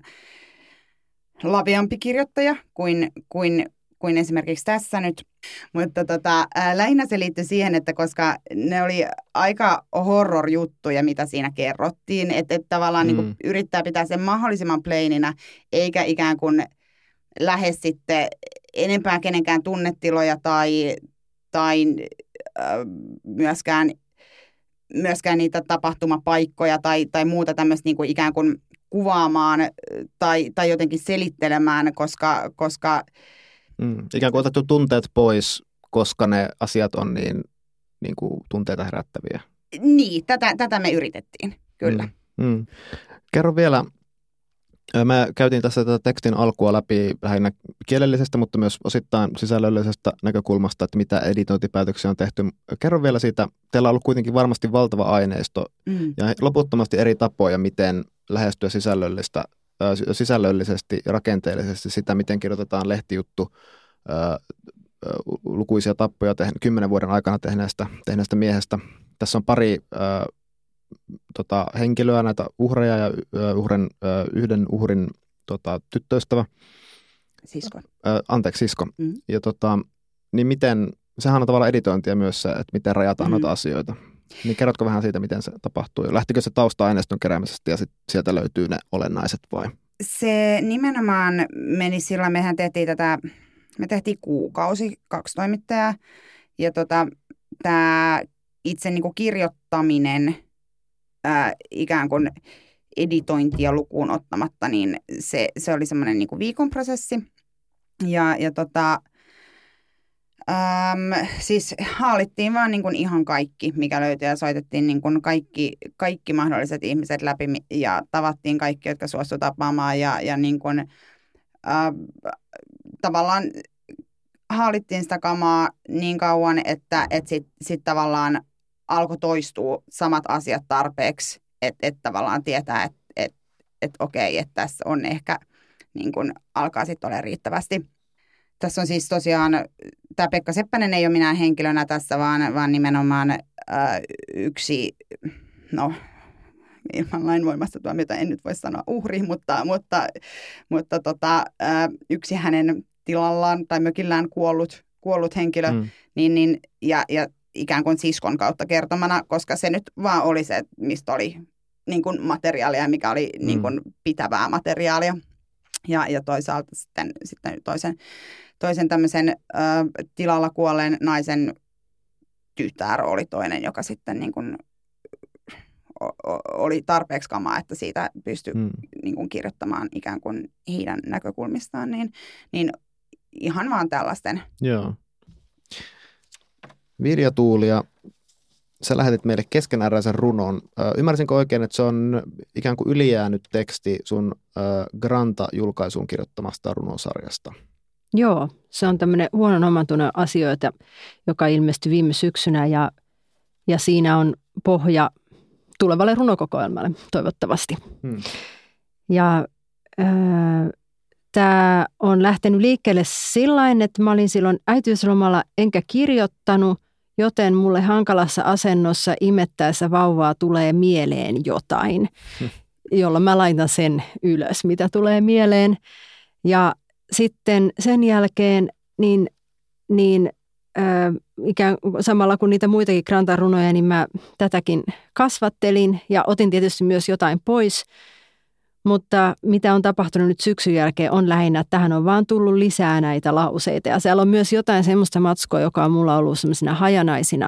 laveampi kirjoittaja kuin, kuin, kuin esimerkiksi tässä nyt. Mutta tota, ää, lähinnä se liittyi siihen, että koska ne oli aika horror-juttuja, mitä siinä kerrottiin, että, että tavallaan mm. niin kuin yrittää pitää sen mahdollisimman plaininä, eikä ikään kuin lähde sitten enempää kenenkään tunnetiloja tai, tai äh, myöskään, myöskään niitä tapahtumapaikkoja tai, tai muuta tämmöistä niin kuin ikään kuin kuvaamaan tai, tai jotenkin selittelemään, koska... koska Mm. Ikään kuin otettu tunteet pois, koska ne asiat on niin, niin kuin tunteita herättäviä. Niin, tätä, tätä me yritettiin, kyllä. Mm. Mm. Kerro vielä, me käytiin tässä tätä tekstin alkua läpi lähinnä kielellisestä, mutta myös osittain sisällöllisestä näkökulmasta, että mitä editointipäätöksiä on tehty. Kerro vielä siitä, teillä on ollut kuitenkin varmasti valtava aineisto mm. ja loputtomasti eri tapoja, miten lähestyä sisällöllistä sisällöllisesti ja rakenteellisesti sitä, miten kirjoitetaan lehtijuttu ää, lukuisia tappoja tehne, kymmenen vuoden aikana tehneestä, tehneestä miehestä. Tässä on pari ää, tota, henkilöä, näitä uhreja ja ää, uhrin, ää, yhden uhrin tota, tyttöystävä. Sisko. Ää, anteeksi, sisko. Mm. Ja tota, niin miten, sehän on tavallaan editointia myös se, että miten rajataan mm. noita asioita. Niin kerrotko vähän siitä, miten se tapahtuu? Lähtikö se tausta-aineiston keräämisestä ja sit sieltä löytyy ne olennaiset vai? Se nimenomaan meni sillä, mehän tehtiin tätä, me tehtiin kuukausi, kaksi toimittajaa. Ja tota, tämä itse niin kuin kirjoittaminen ää, ikään kuin editointia lukuun ottamatta, niin se, se oli semmoinen niin kuin viikon prosessi. Ja, ja tota... Öm, siis haalittiin vaan niin kuin ihan kaikki, mikä löytyi ja soitettiin niin kuin kaikki, kaikki mahdolliset ihmiset läpi ja tavattiin kaikki, jotka suostuivat tapaamaan ja, ja niin kuin, äh, tavallaan haalittiin sitä kamaa niin kauan, että et sitten sit tavallaan alkoi toistua samat asiat tarpeeksi, että et tavallaan tietää, että et, et okei, että tässä on ehkä niin kuin alkaa sitten olla riittävästi. Tässä on siis tosiaan, tämä Pekka Seppänen ei ole minä henkilönä tässä, vaan, vaan nimenomaan äh, yksi, no ilman lainvoimasta tuomiota en nyt voi sanoa uhri, mutta, mutta, mutta tota, äh, yksi hänen tilallaan tai mökillään kuollut, kuollut henkilö, mm. niin, niin, ja, ja ikään kuin siskon kautta kertomana, koska se nyt vaan oli se, mistä oli niin kuin materiaalia, mikä oli mm. niin kuin pitävää materiaalia. Ja, ja toisaalta sitten, sitten toisen, toisen tämmöisen ö, tilalla kuolleen naisen tytär oli toinen, joka sitten niin kuin, o, o, oli tarpeeksi kamaa, että siitä pystyi hmm. niin kuin kirjoittamaan ikään kuin heidän näkökulmistaan. Niin, niin ihan vaan tällaisten. Joo. Virja Tuulia, sä lähetit meille keskeneräisen runon. Ymmärsinkö oikein, että se on ikään kuin ylijäänyt teksti sun Granta-julkaisuun kirjoittamasta runosarjasta? Joo, se on tämmöinen huonon omantunnon asioita, joka ilmestyi viime syksynä ja, ja siinä on pohja tulevalle runokokoelmalle toivottavasti. Hmm. Ja äh, tämä on lähtenyt liikkeelle sillain, että mä olin silloin äitiyslomalla enkä kirjoittanut, joten mulle hankalassa asennossa imettäessä vauvaa tulee mieleen jotain, hmm. jolla mä laitan sen ylös, mitä tulee mieleen. Ja sitten sen jälkeen niin, niin äh, ikään samalla kuin niitä muitakin Grantan-runoja, niin mä tätäkin kasvattelin ja otin tietysti myös jotain pois. Mutta mitä on tapahtunut nyt syksyn jälkeen on lähinnä, että tähän on vaan tullut lisää näitä lauseita. Ja siellä on myös jotain semmoista matskua, joka on mulla ollut semmoisina hajanaisina,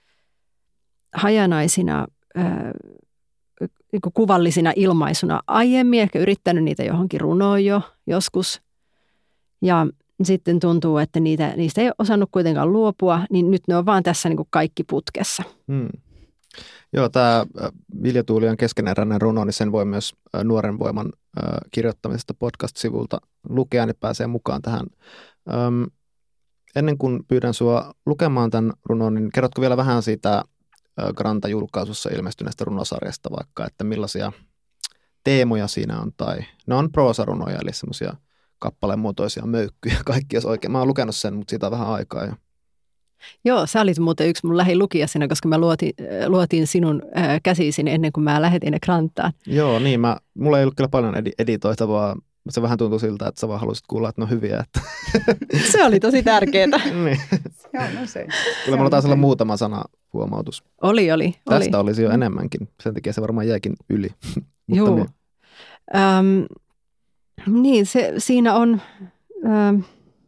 hajanaisina äh, niin kuin kuvallisina ilmaisuna aiemmin. Ehkä yrittänyt niitä johonkin runoon jo joskus. Ja sitten tuntuu, että niitä, niistä ei osannut kuitenkaan luopua, niin nyt ne on vaan tässä niin kuin kaikki putkessa. Hmm. Joo, tämä Vilja Tuulian keskeneräinen runo, niin sen voi myös Nuoren Voiman kirjoittamisesta podcast-sivulta lukea, niin pääsee mukaan tähän. Öm, ennen kuin pyydän sinua lukemaan tämän runon, niin kerrotko vielä vähän siitä Granta-julkaisussa ilmestyneestä runosarjasta vaikka, että millaisia teemoja siinä on, tai ne on proosarunoja, eli semmoisia kappalemuotoisia möykkyjä kaikki, jos oikein. Mä oon lukenut sen, mutta siitä on vähän aikaa jo. Joo, sä olit muuten yksi mun lähilukijasina, koska mä luotin, luotin sinun ää, käsisini ennen kuin mä lähetin ne Grantaan. Joo, niin. Mä, mulla ei ollut kyllä paljon edi- editoitavaa. Se vähän tuntui siltä, että sä vaan halusit kuulla, että ne on hyviä. Että. Se oli tosi tärkeää. Niin. Joo, no se. Kyllä mulla taisi olla muutama sana huomautus. Oli, oli. Tästä oli. olisi jo enemmänkin. Sen takia se varmaan jäikin yli. Joo. Niin. Ähm, niin, se, siinä on ähm,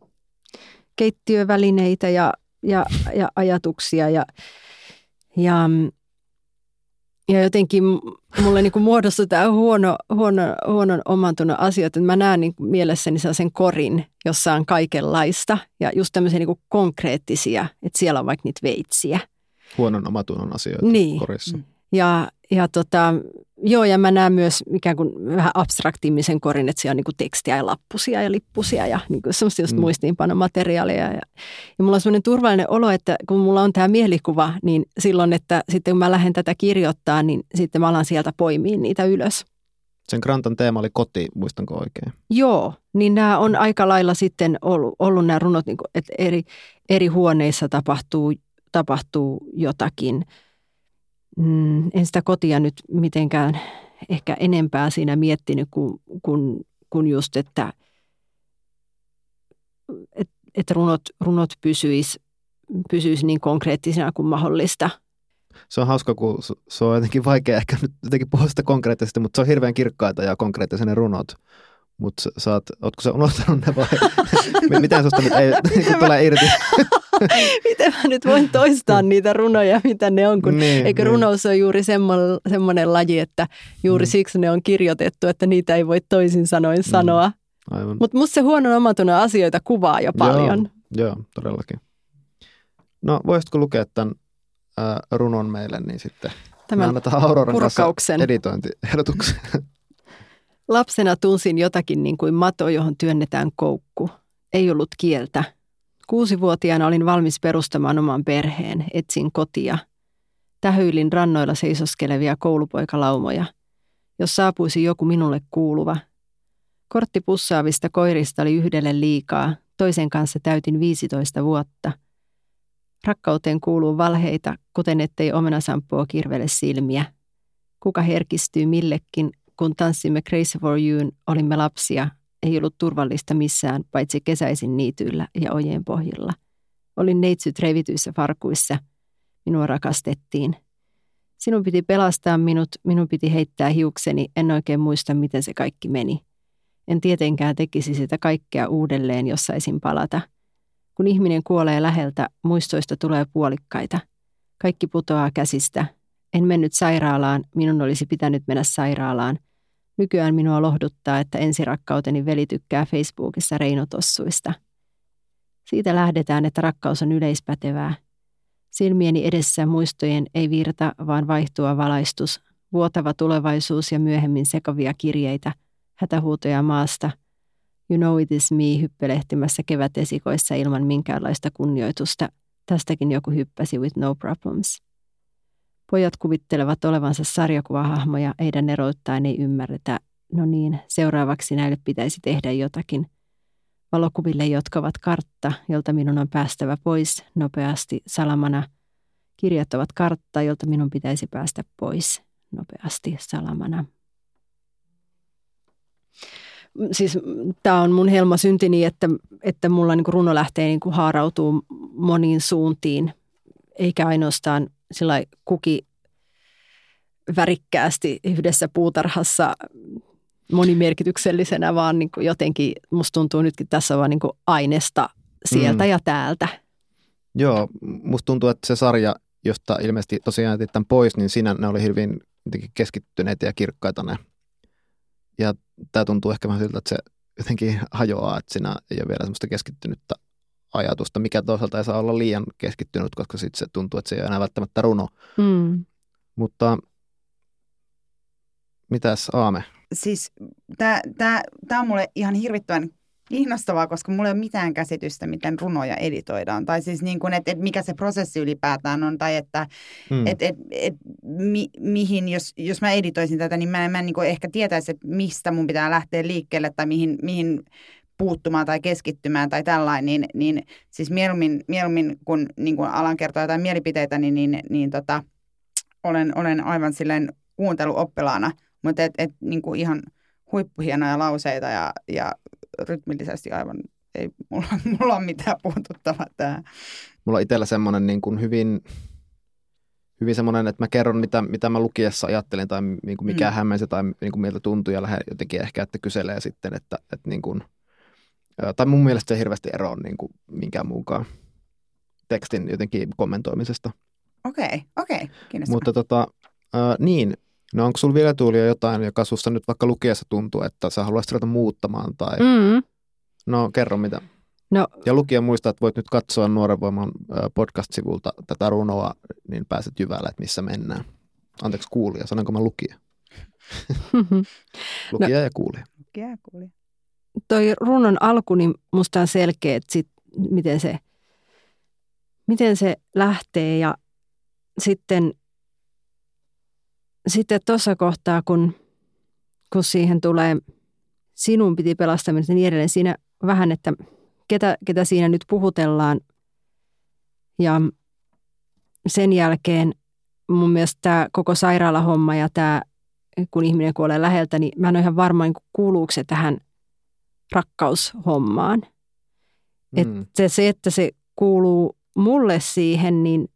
keittiövälineitä ja Ja, ja ajatuksia ja, ja, ja jotenkin mulle niin kuin muodostui tämä huono, huono, huonon omantunnon asioita, että mä näen niin kuin mielessäni sellaisen korin, jossa on kaikenlaista ja just tämmöisiä niin kuin konkreettisia, että siellä on vaikka niitä veitsiä. Huonon omatunnon asioita niin. korissa. Ja, ja tota, joo, ja mä näen myös ikään kuin vähän abstraktimmisen korin, että siellä on niin kuin tekstiä ja lappusia ja lippusia ja niin kuin semmoista just mm. muistiinpanomateriaalia. Ja, ja mulla on semmoinen turvallinen olo, että kun mulla on tämä mielikuva, niin silloin, että sitten kun mä lähden tätä kirjoittaa, niin sitten mä alan sieltä poimiin niitä ylös. Sen Grantan teema oli koti, muistanko oikein? Joo, niin nämä on aika lailla sitten ollut, ollut nämä runot, niin kuin, että eri, eri huoneissa tapahtuu, tapahtuu jotakin. Mm, en sitä kotia nyt mitenkään ehkä enempää siinä miettinyt kuin, kuin, kuin just, että et, et runot, runot pysyisi pysyis niin konkreettisena kuin mahdollista. Se on hauska, kun se on jotenkin vaikea ehkä nyt jotenkin puhua sitä konkreettisesti, mutta se on hirveän kirkkaita ja konkreettisia ne runot. Mutta sä oot, ootko sä unohtanut ne vai? Miten susta nyt ei niin tulee irti? Miten mä nyt voin toistaa niitä runoja, mitä ne on, kun niin, eikö niin. runous ole juuri semmoinen, semmoinen laji, että juuri mm. siksi ne on kirjoitettu, että niitä ei voi toisin sanoen mm. sanoa. Mutta musta se huonon omatunnon asioita kuvaa jo paljon. Joo, joo, todellakin. No voisitko lukea tämän äh, runon meille, niin sitten tämän me annetaan Auroran kanssa purkauksen. Editointiehdotuksen. Lapsena tunsin jotakin niin kuin mato, johon työnnetään koukku. Ei ollut kieltä. Kuusivuotiaana olin valmis perustamaan oman perheen, etsin kotia. Tähyilin rannoilla seisoskelevia koulupoikalaumoja. Jos saapuisi joku minulle kuuluva. Kortti pussaavista koirista oli yhdelle liikaa, toisen kanssa täytin viisitoista vuotta. Rakkauteen kuuluu valheita, kuten ettei omenasamppua kirvele silmiä. Kuka herkistyy millekin, kun tanssimme Crazy for You'n, olimme lapsia. Ei ollut turvallista missään, paitsi kesäisin niityillä ja ojien pohjilla. Olin neitsyt revityissä farkuissa. Minua rakastettiin. Sinun piti pelastaa minut, minun piti heittää hiukseni, en oikein muista, miten se kaikki meni. En tietenkään tekisi sitä kaikkea uudelleen, jos saisin palata. Kun ihminen kuolee läheltä, muistoista tulee puolikkaita. Kaikki putoaa käsistä. En mennyt sairaalaan, minun olisi pitänyt mennä sairaalaan. Nykyään minua lohduttaa, että ensirakkauteni veli tykkää Facebookissa reinotossuista. Siitä lähdetään, että rakkaus on yleispätevää. Silmieni edessä muistojen ei virta, vaan vaihtuva valaistus, vuotava tulevaisuus ja myöhemmin sekavia kirjeitä, hätähuutoja maasta. You know it is me hyppelehtimässä kevätesikoissa ilman minkäänlaista kunnioitusta. Tästäkin joku hyppäsi with no problems. Pojat kuvittelevat olevansa sarjakuvahahmoja, heidän eroittain ei ymmärretä. No niin, seuraavaksi näille pitäisi tehdä jotakin. Valokuville, jotka ovat kartta, jolta minun on päästävä pois nopeasti salamana. Kirjat ovat kartta, jolta minun pitäisi päästä pois nopeasti salamana. Siis tämä on mun helma syntini, että, että mulla niin kuin runo lähtee niin kuin haarautuu moniin suuntiin, eikä ainoastaan sillä kuki värikkäästi yhdessä puutarhassa monimerkityksellisenä, vaan niin kuin jotenkin musta tuntuu nytkin tässä on vaan niin kuin aineesta sieltä mm. ja täältä. Joo, musta tuntuu, että se sarja, josta ilmeisesti tosiaan jätit tämän pois, niin siinä ne oli hyvin keskittyneitä ja kirkkaita ne. Ja tämä tuntuu ehkä vähän siltä, että se jotenkin hajoaa, että siinä ei ole vielä semmoista keskittynyttä ajatusta, mikä toisaalta ei saa olla liian keskittynyt, koska sitten se tuntuu, että se ei ole enää välttämättä runo. Mm. Mutta mitäs Aame? Siis tämä on mulle ihan hirvittävän kiinnostavaa, koska mulla ei ole mitään käsitystä, miten runoja editoidaan. Tai siis niin kuin, että et mikä se prosessi ylipäätään on, tai että mm. et, et, et, mi, mihin, jos, jos mä editoisin tätä, niin mä en, mä en niin kuin ehkä tietäisi, että mistä mun pitää lähteä liikkeelle, tai mihin, mihin puuttumaan tai keskittymään tai tällainen, niin, niin siis mieluummin, mieluummin kun niin kuin alan kertoa jotain mielipiteitä, niin, niin, niin tota, olen, olen aivan silleen kuunteluoppilaana, mutta et, et, niin kuin ihan huippuhienoja lauseita ja, ja rytmillisesti aivan ei mulla, mulla ole mitään puututtavaa tähän. Mulla on itsellä semmoinen niin kuin hyvin, hyvin semmoinen, että mä kerron mitä, mitä mä lukiessa ajattelin tai niin kuin mikä mm. hämmensi tai niin kuin miltä tuntui ja lähden jotenkin ehkä, että kyselee sitten, että, että niin kuin, tai mun mielestä se hirveästi eroa niin kuin minkään muunkaan tekstin jotenkin kommentoimisesta. Okei, okay, okei, okay. Kiinnostavaa. Mutta tota, äh, niin, no onko sulla vielä Tuulia jotain, joka susta nyt vaikka lukiessa tuntuu, että sä haluaisit ruveta muuttamaan tai... Mm. No kerro mitä. No, ja lukija muistaa, että voit nyt katsoa Nuoren Voiman podcast-sivulta tätä runoa, niin pääset jyvällä, että missä mennään. Anteeksi kuulija, sanonko mä lukija? Lukija no, ja kuulija. Lukija ja kuulija. Toi runon alku, niin musta on selkeä, että sit, miten, se, miten se lähtee ja sitten, sitten tuossa kohtaa, kun, kun siihen tulee sinun piti pelastaminen ja niin edelleen, siinä vähän, että ketä, ketä siinä nyt puhutellaan. Ja sen jälkeen mun mielestä tämä koko sairaalahomma ja tämä, kun ihminen kuolee läheltä, niin mä en ole ihan varma, kuuluuko se tähän rakkaushommaan. Mm. Että se, että se kuuluu mulle siihen, niin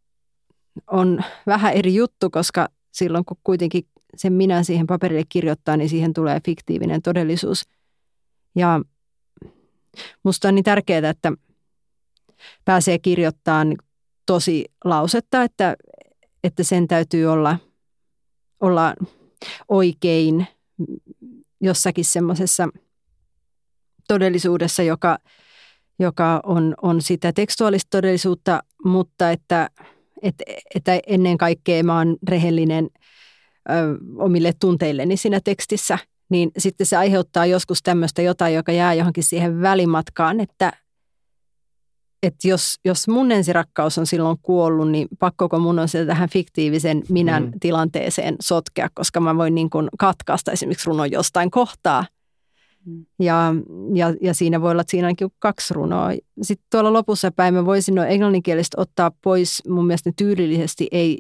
on vähän eri juttu, koska silloin kun kuitenkin sen minä siihen paperille kirjoittaa, niin siihen tulee fiktiivinen todellisuus. Ja musta on niin tärkeää, että pääsee kirjoittamaan tosi lausetta, että, että sen täytyy olla, olla oikein jossakin semmoisessa todellisuudessa, joka, joka on, on sitä tekstuaalista todellisuutta, mutta että, että, että ennen kaikkea mä oon rehellinen ö, omille tunteilleni siinä tekstissä, niin sitten se aiheuttaa joskus tämmöistä jotain, joka jää johonkin siihen välimatkaan, että, että jos, jos mun ensirakkaus on silloin kuollut, niin pakkoko mun on sitä tähän fiktiivisen minän mm. tilanteeseen sotkea, koska mä voin niin kuin katkaista esimerkiksi runon jostain kohtaa. Mm. Ja, ja, ja siinä voi olla, että siinä ainakin kaksi runoa. Sitten tuolla lopussa päin mä voisin no englanninkielistä ottaa pois, mun mielestä ne tyylillisesti ei,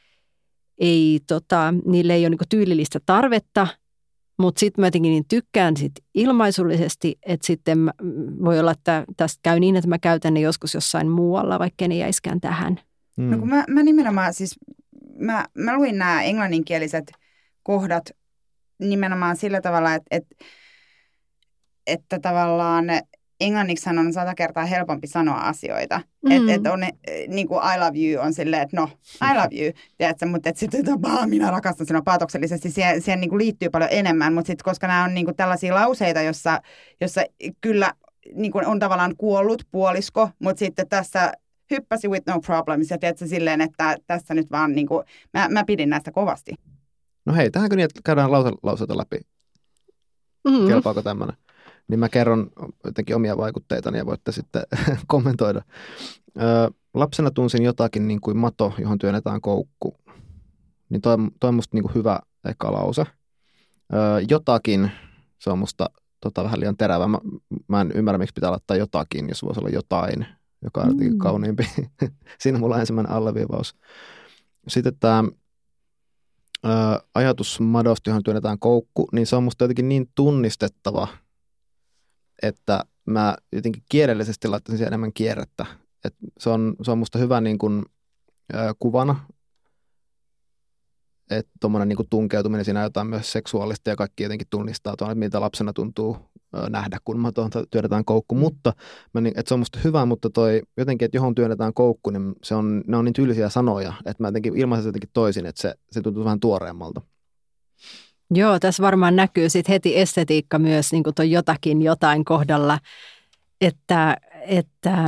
ei tota, niille ei ole niin kuin tyylillistä tarvetta. Mutta sitten mä jotenkin niin tykkään sit ilmaisullisesti, että sitten voi olla, että tästä käy niin, että mä käytän ne joskus jossain muualla, vaikka ne jäiskään tähän. Mm. No kun mä, mä nimenomaan siis, mä, mä luin nämä englanninkieliset kohdat nimenomaan sillä tavalla, että, että, että tavallaan englanniksihan on sata kertaa helpompi sanoa asioita. Mm. Että et on niin kuin I love you on silleen, että no, I love you, tiedätkö, mutta että sitten että minä rakastan sinua paatoksellisesti, siihen, siihen niin kuin liittyy paljon enemmän, mutta sitten koska nämä on niin kuin tällaisia lauseita, jossa, jossa kyllä niin kuin on tavallaan kuollut puolisko, mutta sitten tässä hyppäsi with no problems ja tiedätkö silleen, että tässä nyt vaan niin kuin, mä, mä pidin näistä kovasti. No hei, tähänkö niin, että käydään lause, lauseita läpi? Mm. Kelpaako tämmöinen? Niin mä kerron jotenkin omia vaikutteitani ja voitte sitten kommentoida. Ö, lapsena tunsin jotakin niin kuin mato, johon työnnetään koukku. Niin toi, toi on musta niinku hyvä eka lause. Öö, jotakin, se on musta tota, vähän liian terävä. Mä, mä en ymmärrä, miksi pitää laittaa jotakin, jos voisi olla jotain, joka on jotenkin mm. kauniimpi. Siinä mulla on ensimmäinen alleviivaus. Sitten tämä öö, ajatus madosta, johon työnnetään koukku, niin se on musta jotenkin niin tunnistettava, että mä jotenkin kielellisesti laittaisin siihen enemmän kierrettä. Et se, on, se on musta hyvä niin kun, ö, kuvana, että tuommoinen niin kun tunkeutuminen, siinä jotain myös seksuaalista ja kaikki jotenkin tunnistaa tuonne, miltä lapsena tuntuu ö, nähdä, kun mä tuohon työnnetään koukku. Mutta mä, niin, että se on musta hyvä, mutta toi jotenkin, että johon työnnetään koukku, niin se on, ne on niin tyylisiä sanoja, että mä jotenkin ilmaisen jotenkin toisin, että se, se tuntuu vähän tuoreemmalta. Joo, tässä varmaan näkyy sitten heti estetiikka myös niin kuin toi jotakin jotain kohdalla, että, että,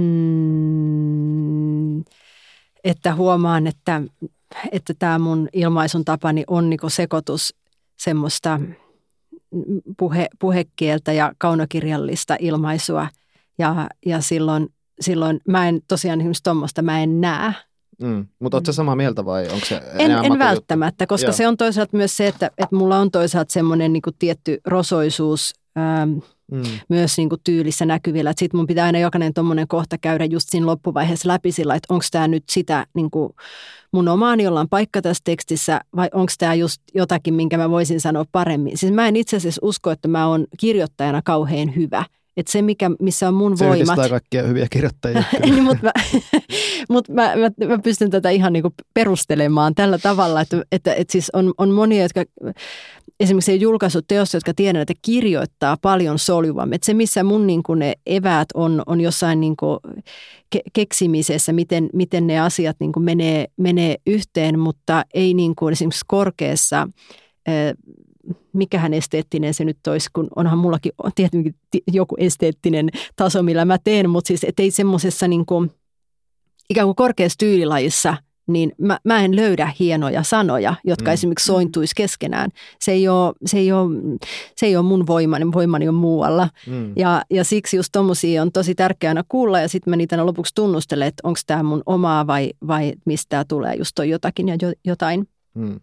mm, että huomaan, että, että tämä mun ilmaisun tapani on niin kuin sekoitus semmoista puhe, puhekieltä ja kaunokirjallista ilmaisua ja, ja silloin, silloin mä en tosiaan esimerkiksi tuommoista mä en näe. Mm. Mutta ootko sä samaa mieltä vai onko se En, en välttämättä, koska Joo. se on toisaalta myös se, että, että mulla on toisaalta semmoinen niin kuin tietty rosoisuus ähm, mm. myös niin kuin tyylissä näkyvillä. Sitten mun pitää aina jokainen tommoinen kohta käydä just siinä loppuvaiheessa läpi sillä, että onko tämä nyt sitä niin kuin mun omaani, jolla on paikka tässä tekstissä vai onko tämä just jotakin, minkä mä voisin sanoa paremmin. Siis mä en itse asiassa usko, että mä oon kirjoittajana kauhean hyvä. Että se, mikä, missä on mun se voimat. Se yhdistää kaikkia hyviä kirjoittajia. niin, mutta mä, mut mä, mä, mä pystyn tätä ihan niinku perustelemaan tällä tavalla, että, että, että siis on, on monia, jotka esimerkiksi ei julkaissut teosta, jotka tiedän, että kirjoittaa paljon soljuvammin. Että se, missä mun niinku ne eväät on, on jossain niinku ke- keksimisessä, miten, miten ne asiat niinku menee, menee yhteen, mutta ei niinku esimerkiksi korkeassa mikähän esteettinen se nyt olisi, kun onhan mullakin tietenkin joku esteettinen taso, millä mä teen, mutta siis ei semmoisessa niin kuin, ikään kuin korkeassa tyylilajissa, niin mä, mä en löydä hienoja sanoja, jotka mm. esimerkiksi sointuisi keskenään. Se ei ole, se ei ole, se ei ole mun voimani, voimani on muualla. Mm. Ja, ja siksi just tommosia on tosi tärkeää aina kuulla ja sitten mä niitä lopuksi tunnustelen, että onko tämä mun omaa vai, vai mistä tämä tulee, just toi jotakin ja jo, jotain. Mm.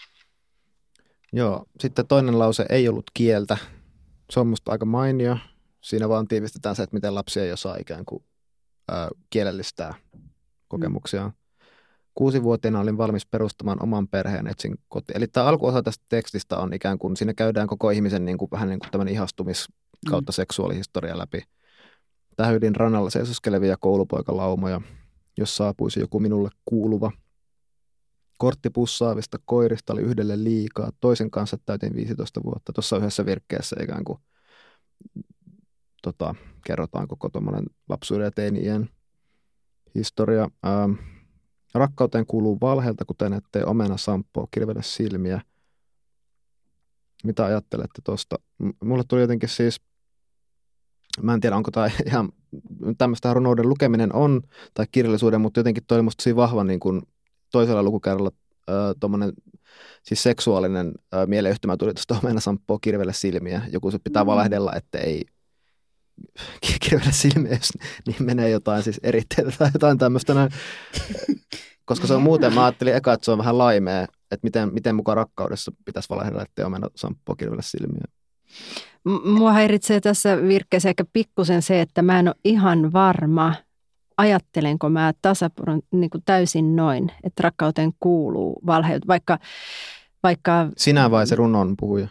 Joo, sitten toinen lause ei ollut kieltä. Se on musta aika mainio. Siinä vaan tiivistetään se, että miten lapsi ei osaa ikään kuin ää, kielellistää kokemuksiaan. Kuusivuotiaana olin valmis perustamaan oman perheen, etsin kotiin. Eli tämä alkuosa tästä tekstistä on ikään kuin, siinä käydään koko ihmisen niin kuin, vähän niin kuin tämmöinen ihastumis kautta mm. seksuaalihistoria läpi. Tähyydin rannalla seisoskelevia koulupoikalaumoja, jos saapuisi joku minulle kuuluva. Kortti pussaavista koirista oli yhdelle liikaa. Toisen kanssa täytin viisitoista vuotta. Tuossa yhdessä virkkeessä ikään kuin tota, kerrotaan koko tuommoinen lapsuuden ja teini-iän historia. Ähm, rakkauteen kuuluu valheelta, kuten ettei omena samppoo kirvele silmiä. Mitä ajattelette tuosta? Mulle tuli jotenkin siis, mä en tiedä onko tämä ihan tämmöistä runouden lukeminen on, tai kirjallisuuden, mutta jotenkin toi oli musta siinä vahva niin kuin toisella lukukerralla tuommoinen siis seksuaalinen ö, mieleyhtymä tuli tuosta omena samppoo kirvelle silmiä. Joku se pitää mm. valehdella, että ei kirvelle silmiä, jos niin menee jotain siis eritteitä tai jotain tämmöistä. Näin. Koska se on muuten, mä ajattelin eka, että se on vähän laimea, että miten, miten mukaan rakkaudessa pitäisi valehdella, ettei omena samppoo kirvelle silmiä. Mua häiritsee tässä virkkeessä ehkä pikkusen se, että mä en ole ihan varma, ajattelenko mä tasapuron niin kuin täysin noin, että rakkauteen kuuluu valheut, vaikka, vaikka... Sinä vai se runon puhuja?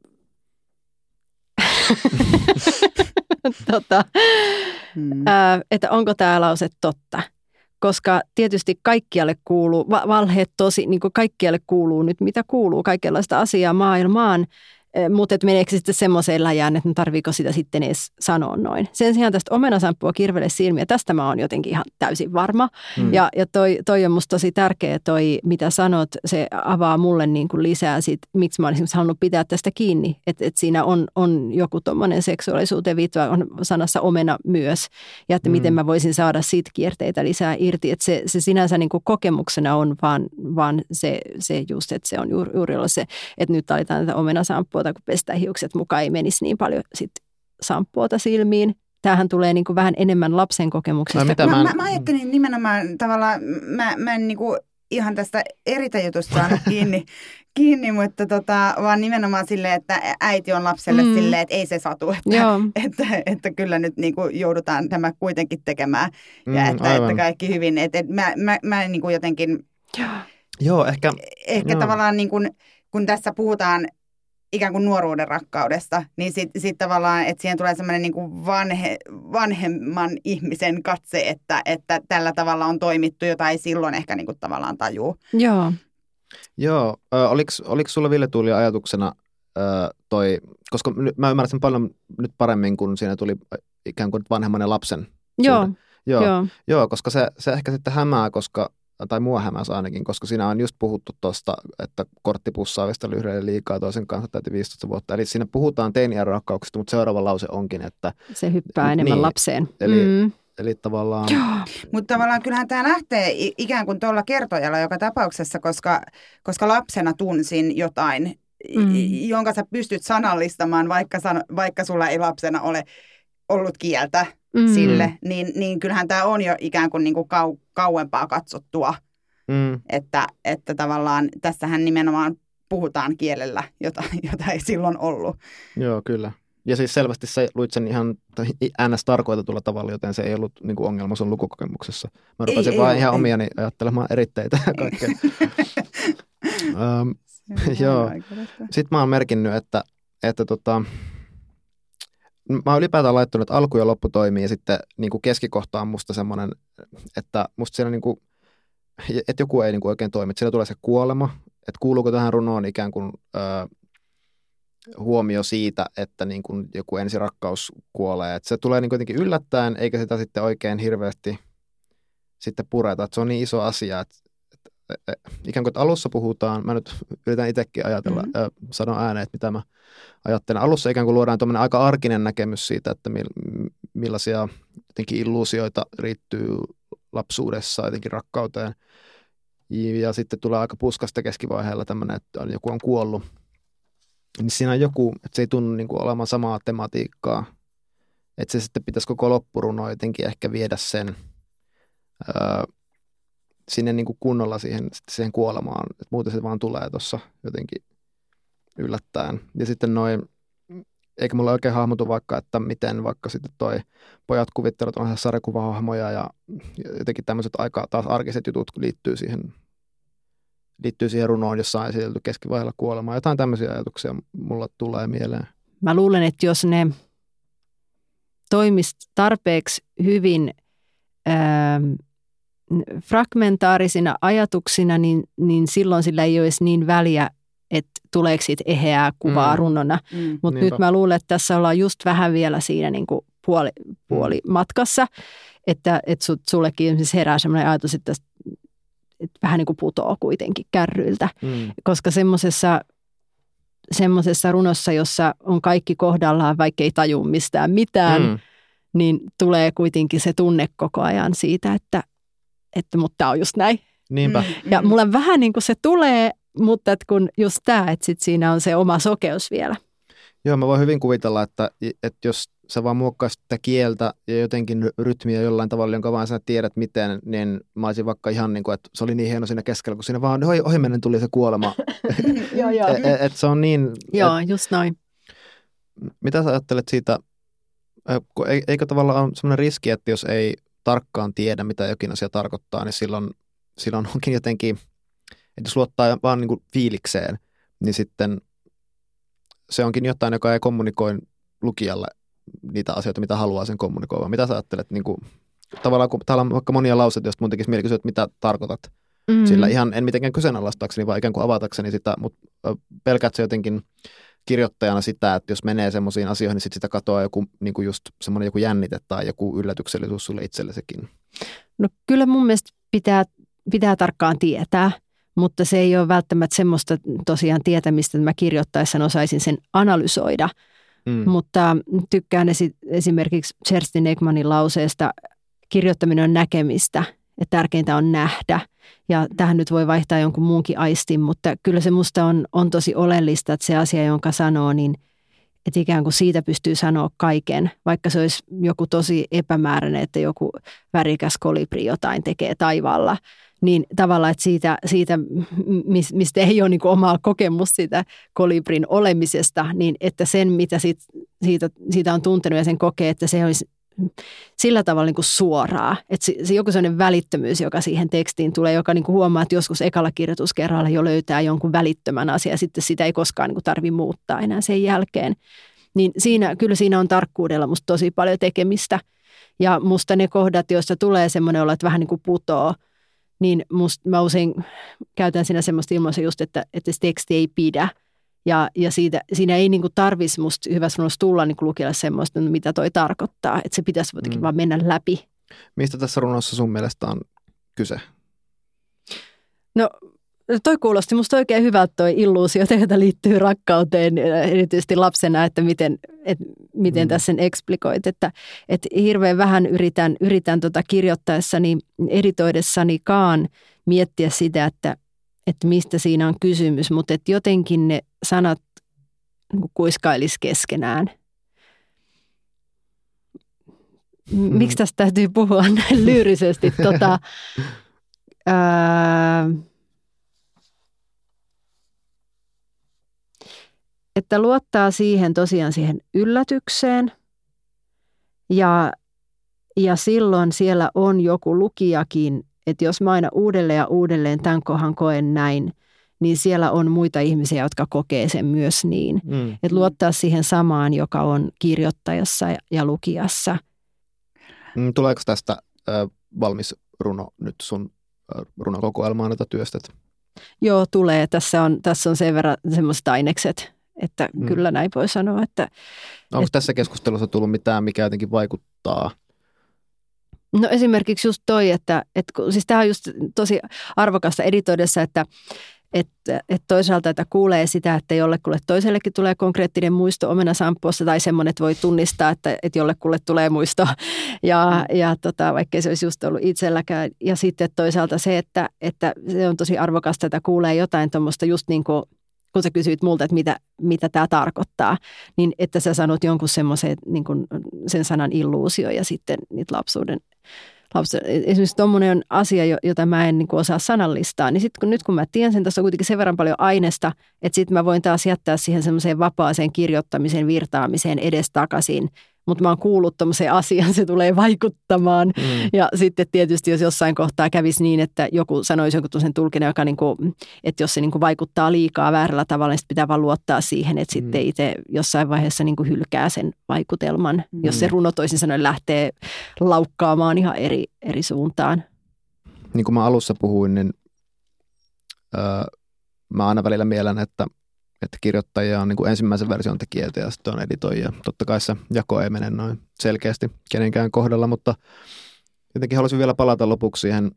tota, hmm. ää, että onko tämä lause totta? Koska tietysti kaikkialle kuuluu, valheet tosi, niin kuin kaikkialle kuuluu nyt mitä kuuluu, kaikenlaista asiaa maailmaan, mutta meneekö sitten semmoiseen läjään, että tarviiko sitä sitten edes sanoa noin. Sen sijaan tästä omenasamppua kirvele silmiä, tästä mä oon jotenkin ihan täysin varma. Hmm. Ja, ja toi, toi on musta tosi tärkeä toi, mitä sanot, se avaa mulle niin kuin lisää siitä, miksi mä oon esimerkiksi halunnut pitää tästä kiinni. Että et siinä on, on joku tommoinen seksuaalisuuteen viittava, on sanassa omena myös. Ja että hmm. miten mä voisin saada siitä kierteitä lisää irti. Että se, se sinänsä niin kuin kokemuksena on vaan, vaan se, se just, että se on juuri, juuri ollut se, että nyt aletaan tätä omenasamppua, kun pestään hiukset mukaan, ei menisi niin paljon sit samppuota silmiin. Tämähän tulee niin kuin vähän enemmän lapsen kokemuksesta. Mä, mä, mä, mä ajattelin nimenomaan tavallaan, mä, mä en niin kuin ihan tästä eritäjutusta saanut kiinni, kiinni mutta tota, vaan nimenomaan silleen, että äiti on lapselle mm. silleen, että ei se satu, että, että, että kyllä nyt niin kuin joudutaan tämä kuitenkin tekemään mm, ja että, että kaikki hyvin. Että, että mä, mä, mä niin kuin jotenkin, joo, ehkä, ehkä joo. tavallaan niin kuin, kun tässä puhutaan ikään kuin nuoruuden rakkaudesta, niin sitten sit tavallaan, että siihen tulee semmoinen niin kuin vanhe, vanhemman ihmisen katse, että, että tällä tavalla on toimittu, jota ei silloin ehkä niin kuin tavallaan tajuu. Joo. Joo, äh, oliko, oliko sulla Ville Tuuli ajatuksena äh, toi, koska mä ymmärrän paljon nyt paremmin, kun siinä tuli ikään kuin vanhemman ja lapsen Joo. suhde. Joo, Joo. Joo, koska se, se ehkä sitten hämää, koska tai mua hämäsi ainakin, koska siinä on just puhuttu tuosta, että korttipussaavista lyhreille liikaa toisen kanssa täytyy viisitoista vuotta. Eli siinä puhutaan teiniän rakkauksista, mutta seuraava lause onkin, että se hyppää enemmän niin, lapseen. Eli, mm. eli tavallaan... Mutta tavallaan kyllähän tämä lähtee ikään kuin tuolla kertojalla joka tapauksessa, koska, koska lapsena tunsin jotain, mm. jonka sä pystyt sanallistamaan, vaikka, san, vaikka sulla ei lapsena ole ollut kieltä. Mm. sille, niin, niin kyllähän tämä on jo ikään kuin, niin kuin kau, kauempaa katsottua, mm. että, että tavallaan tässähän nimenomaan puhutaan kielellä, jota, jota ei silloin ollut. Joo, kyllä. Ja siis selvästi sä luit sen ihan ns. Tarkoitetulla tavalla, joten se ei ollut niin kuin ongelma sun lukukokemuksessa. Mä rupesin vaan ei, ihan ei. omiani ajattelemaan eritteitä ja kaikkea. um, joo. Sitten mä oon merkinnyt, että, että tota... Mä oon ylipäätään laittanut, että alku ja loppu toimii ja sitten niin kuin keskikohta on musta semmoinen, että musta siellä niin kuin, että joku ei niin kuin oikein toimi. Että siellä tulee se kuolema, että kuuluuko tähän runoon ikään kuin ö, huomio siitä, että niin kuin joku ensirakkaus kuolee. Että se tulee niin kuin jotenkin yllättäen, eikä sitä sitten oikein hirveästi sitten pureta. Että se on niin iso asia, että, että ikään kuin että alussa puhutaan, mä nyt yritän itsekin ajatella, mm-hmm. ö, sanon ääneen, että mitä mä ajattelen. Alussa ikään kuin luodaan tuommoinen aika arkinen näkemys siitä, että millaisia jotenkin illuusioita riittyy lapsuudessa jotenkin rakkauteen. Ja sitten tulee aika puskasta keskivaiheella tämmöinen, että joku on kuollut. Niin siinä on joku, että se ei tunnu niin kuin olemaan samaa tematiikkaa. Että se sitten pitäisi koko loppuruno jotenkin ehkä viedä sen öö, sinne niin kuin kunnolla siihen, siihen kuolemaan. Että muuten se vaan tulee tuossa jotenkin yllättäen. Ja sitten noin, eikä mulla oikein hahmotu vaikka, että miten vaikka sitten toi pojat kuvittelut on sarjakuvahahmoja ja jotenkin tämmöiset aika taas arkiset jutut liittyy siihen, liittyy siihen runoon, jossa on esitelty keskivaiheella kuolemaa. Jotain tämmöisiä ajatuksia mulla tulee mieleen. Mä luulen, että jos ne toimisi tarpeeksi hyvin ää, fragmentaarisina ajatuksina, niin, niin silloin sillä ei olisi niin väliä, että tuleeko siitä eheää kuvaa mm. runona. Mm. Mutta nyt mä luulen, että tässä ollaan just vähän vielä siinä niin kuin puoli, puoli mm. matkassa, että, että sut, sullekin herää sellainen ajatus, että, että vähän niin kuin putoo kuitenkin kärryiltä. Mm. Koska semmoisessa semmoisessa runossa, jossa on kaikki kohdallaan, vaikka ei tajua mistään mitään, mm. niin tulee kuitenkin se tunne koko ajan siitä, että, että mutta tämä on just näin. Niinpä. Ja mulla vähän niin kuin se tulee, mutta että kun just tämä, että sit siinä on se oma sokeus vielä. Joo, mä voin hyvin kuvitella, että, että jos sä vaan muokkaisit sitä kieltä ja jotenkin rytmiä jollain tavalla, jonka vaan sä tiedät miten, niin mä olisin vaikka ihan niin kuin, että se oli niin hieno siinä keskellä, kun siinä vaan ohi, ohimennen tuli se kuolema. Joo, joo. Et, et se on niin... Joo, et, just noin. Mitä sä ajattelet siitä, eikö tavallaan ole sellainen riski, että jos ei tarkkaan tiedä, mitä jokin asia tarkoittaa, niin silloin, silloin onkin jotenkin, että jos luottaa vaan niin kuin fiilikseen, niin sitten se onkin jotain, joka ei kommunikoi lukijalle niitä asioita, mitä haluaa sen kommunikoimaan. Mitä sä ajattelet, niin kuin, tavallaan kun täällä on vaikka monia lauseita, joista mun tekisi mieli kysyä, että mitä tarkoitat mm. sillä ihan, en mitenkään kyseenalaistaakseni, vaan ikään kuin avatakseni sitä, mutta pelkät se jotenkin kirjoittajana sitä, että jos menee semmoisiin asioihin, niin sit sitä katoaa joku niin kuin just semmoinen joku jännite tai joku yllätyksellisuus sulle itsellesekin. No kyllä mun mielestä pitää, pitää tarkkaan tietää, mutta se ei ole välttämättä semmoista tosiaan tietämistä, että mä kirjoittaessaan osaisin sen analysoida. Mm. Mutta tykkään esi- esimerkiksi Kerstin Ekmanin lauseesta, kirjoittaminen on näkemistä, että tärkeintä on nähdä. Ja tähän nyt voi vaihtaa jonkun muunkin aistin, mutta kyllä se musta on, on tosi oleellista, että se asia, jonka sanoo, niin että ikään kuin siitä pystyy sanoa kaiken, vaikka se olisi joku tosi epämääräinen, että joku värikäs kolibri jotain tekee taivaalla, niin tavallaan, että siitä, siitä mistä ei ole niin kuin omaa kokemusta siitä kolibrin olemisesta, niin että sen, mitä siitä, siitä, siitä on tuntenut ja sen kokee, että se olisi sillä tavalla niin kuin suoraa. Että se, se joku sellainen välittömyys, joka siihen tekstiin tulee, joka niin kuin huomaa, että joskus ekalla kirjoituskerralla jo löytää jonkun välittömän asian, ja sitten sitä ei koskaan niin kuin tarvitse muuttaa enää sen jälkeen. Niin siinä, kyllä siinä on tarkkuudella musta tosi paljon tekemistä. Ja musta ne kohdat, joissa tulee semmoinen olo, että vähän niin kuin putoo, niin musta mä usein käytän siinä semmoista ilmaisua just, että, että se teksti ei pidä. Ja, ja siitä, siinä ei niin kuin tarvitsisi musta hyvässä runossa tulla niin kuin lukijalle semmoista, mitä toi tarkoittaa. Että se pitäisi jotenkin mm. vaan mennä läpi. Mistä tässä runossa sun mielestä on kyse? No toi kuulosti musta oikein hyvältä toi illuusio, joka liittyy rakkauteen, erityisesti lapsena, että miten, että miten mm. tässä sen eksplikoit. Että, että hirveän vähän yritän, yritän tota kirjoittaessani, editoidessanikaan miettiä sitä, että, että mistä siinä on kysymys, mutta että jotenkin ne sanat kuiskailisi keskenään. Miksi tästä täytyy puhua näin lyyrisesti? Tota, ää, että luottaa siihen tosiaan siihen yllätykseen ja, ja silloin siellä on joku lukijakin, että jos mä aina uudelleen ja uudelleen tämän kohan koen näin, niin siellä on muita ihmisiä, jotka kokee sen myös niin. Mm. Että luottaa siihen samaan, joka on kirjoittajassa ja, ja lukijassa. Tuleeko tästä äh, valmis runo nyt sun äh, runokokoelmaan, jota työstät? Joo, tulee. Tässä on, tässä on sen verran semmoiset ainekset, että mm. kyllä näin voi sanoa. Että, onko että, tässä keskustelussa tullut mitään, mikä jotenkin vaikuttaa? No esimerkiksi just toi, että, että siis tämä on just tosi arvokasta editoidessa, että Että et toisaalta, että kuulee sitä, että jollekulle toisellekin tulee konkreettinen muisto omenasamppoossa tai semmoinen, että voi tunnistaa, että, että jollekulle tulee muisto ja, mm. ja tota, vaikkei se olisi just ollut itselläkään. Ja sitten toisaalta se, että, että se on tosi arvokasta, että kuulee jotain tuommoista just niin kuin, kun sä kysyit multa, että mitä, mitä tämä tarkoittaa, niin että sä sanot jonkun semmoisen niin kuin sen sanan illuusio ja sitten niitä lapsuuden lapsen. Esimerkiksi tuommoinen asia, jota mä en niin kuin osaa sanallistaa, niin sitten kun, nyt kun mä tiedän sen, tässä on kuitenkin sen verran paljon aineesta, että sitten mä voin taas jättää siihen semmoiseen vapaaseen kirjoittamiseen, virtaamiseen edestakaisin, mutta mä oon kuullut tuommoiseen asiaan, se tulee vaikuttamaan. Mm. Ja sitten tietysti, jos jossain kohtaa kävisi niin, että joku sanoisi jonkun sen tulkinnan, joka niin kuin, että jos se niin kuin vaikuttaa liikaa väärällä tavalla, niin pitää vaan luottaa siihen, että mm. sitten itse jossain vaiheessa niin kuin hylkää sen vaikutelman, mm. jos se runo toisin sanoen lähtee laukkaamaan ihan eri, eri suuntaan. Niin kuin mä alussa puhuin, niin öö, mä aina välillä mielän, että että kirjoittajia on niin kuin ensimmäisen version tekijöitä ja sitten on editoijia. Totta kai se jako ei mene noin selkeästi kenenkään kohdalla, mutta jotenkin haluaisin vielä palata lopuksi siihen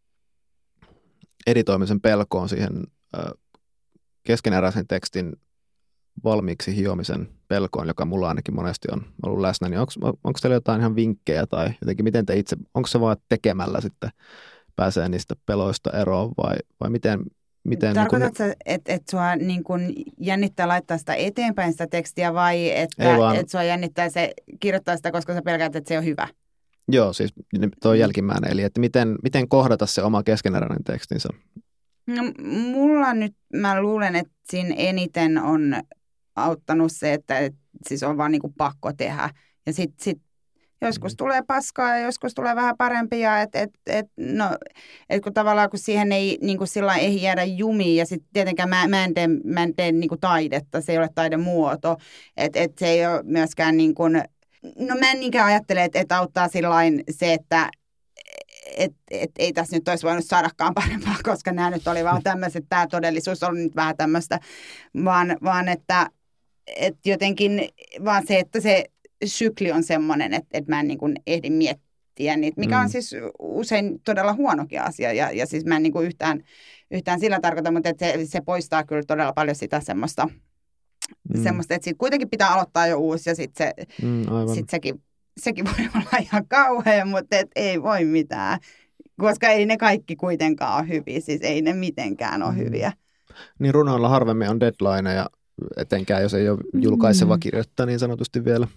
editoimisen pelkoon, siihen ö, keskeneräisen tekstin valmiiksi hiomisen pelkoon, joka mulla ainakin monesti on ollut läsnä. Niin onko, onko teillä jotain ihan vinkkejä tai jotenkin miten te itse, onko se vaan tekemällä sitten pääsee niistä peloista eroon vai, vai miten? Miten, tarkoitatko niin sä, että et sua niin kun jännittää laittaa sitä eteenpäin sitä tekstiä vai että et sua jännittää se kirjoittaa sitä, koska sä pelkäät, että se on hyvä? Joo, siis tuo jälkimmäinen. Eli että miten, miten kohdata se oma keskeneräinen tekstinsä? No, mulla nyt, mä luulen, että siinä eniten on auttanut se, että et, siis on vaan niin kuin pakko tehdä. Ja sitten sit joskus mm. tulee paskaa ja joskus tulee vähän parempia, että et, et, no, et kun tavallaan kun siihen ei niin kuin sillä ei jäädä jumiin ja sitten tietenkään mä, mä en tee, mä en tee niin kuin taidetta, se ei ole taidemuoto, että et se ei ole myöskään niin kuin, no mä en niinkään ajattele, että et auttaa sillain se, että et, et, ei tässä nyt olisi voinut saadakaan parempaa, koska nämä nyt oli vaan tämmöiset, tämä todellisuus on nyt vähän tämmöistä, vaan, vaan että et jotenkin vaan se, että se sykli on semmoinen, että, että mä en niin kuin ehdi miettiä niitä, mikä on siis usein todella huonokin asia. Ja, ja siis mä en niin kuin yhtään, yhtään sillä tarkoita, mutta että se, se poistaa kyllä todella paljon sitä semmoista, mm. semmoista että siitä kuitenkin pitää aloittaa jo uusi ja sitten se, mm, sit sekin, sekin voi olla ihan kauhea, mutta et ei voi mitään, koska ei ne kaikki kuitenkaan ole hyviä, siis ei ne mitenkään ole mm. hyviä. Niin runoilla harvemmin on deadlineja, etenkään jos ei ole julkaiseva kirjoittaa niin sanotusti vielä.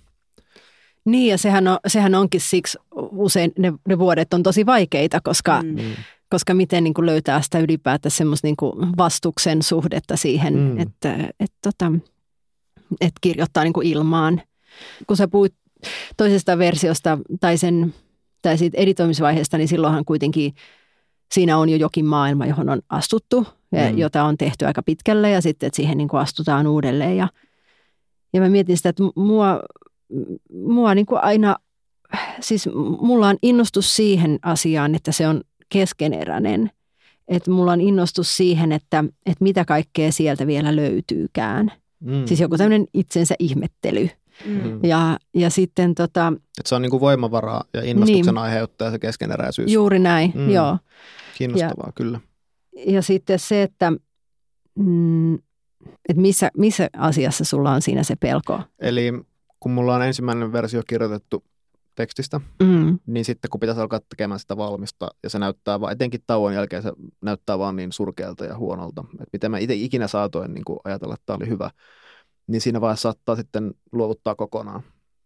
Niin ja sehän, on, sehän onkin siksi usein ne, ne vuodet on tosi vaikeita, koska, mm. koska miten niin kuin löytää sitä ylipäätään semmoista niin kuin vastuksen suhdetta siihen, mm. että, että, tota, että kirjoittaa niin kuin ilmaan. Kun sä puhuit toisesta versiosta tai, sen, tai siitä editoimisvaiheesta, niin silloinhan kuitenkin siinä on jo jokin maailma, johon on astuttu, mm. jota on tehty aika pitkälle ja sitten että siihen niin kuin astutaan uudelleen. Ja, ja mä mietin sitä, että mua, mua niin kuin aina, siis mulla on innostus siihen asiaan, että se on keskeneräinen. Että mulla on innostus siihen, että, että mitä kaikkea sieltä vielä löytyykään. Mm. Siis joku tämmöinen itsensä ihmettely. Mm. Ja, ja sitten tota... Että se on niin kuin voimavaraa ja innostuksen niin, aiheuttaja se keskeneräisyys. Juuri näin, mm. joo. Kiinnostavaa, ja, kyllä. Ja sitten se, että, mm, että missä, missä asiassa sulla on siinä se pelko? Eli kun mulla on ensimmäinen versio kirjoitettu tekstistä, mm. niin sitten kun pitäisi alkaa tekemään sitä valmista, ja se näyttää vaan, etenkin tauon jälkeen se näyttää vaan niin surkealta ja huonolta, että miten mä itse ikinä saatoin niin kuin ajatella, että tämä oli hyvä, niin siinä vaiheessa saattaa sitten luovuttaa kokonaan.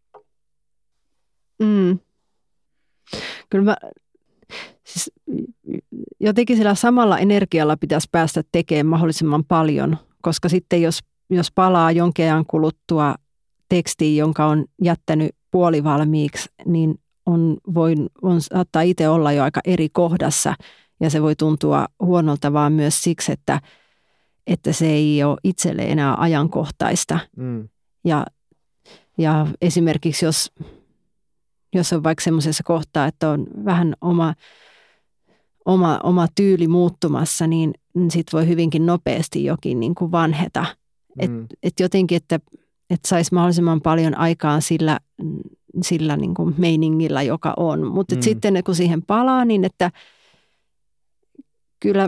Mm. Kyllä mä, siis jotenkin sillä samalla energialla pitäisi päästä tekemään mahdollisimman paljon, koska sitten jos, jos palaa jonkin ajan kuluttua tekstiin, jonka on jättänyt puolivalmiiksi, niin on, voi, on, saattaa itse olla jo aika eri kohdassa ja se voi tuntua huonolta vaan myös siksi, että, että se ei ole itselle enää ajankohtaista. Mm. Ja, ja esimerkiksi jos, jos on vaikka semmoisessa kohtaa, että on vähän oma, oma, oma tyyli muuttumassa, niin sit voi hyvinkin nopeasti jokin niin kuin vanheta. Mm. Et, et jotenkin, että että saisi mahdollisimman paljon aikaan sillä, sillä niin kuin meiningillä, joka on. Mutta mm. sitten kun siihen palaa, niin että kyllä,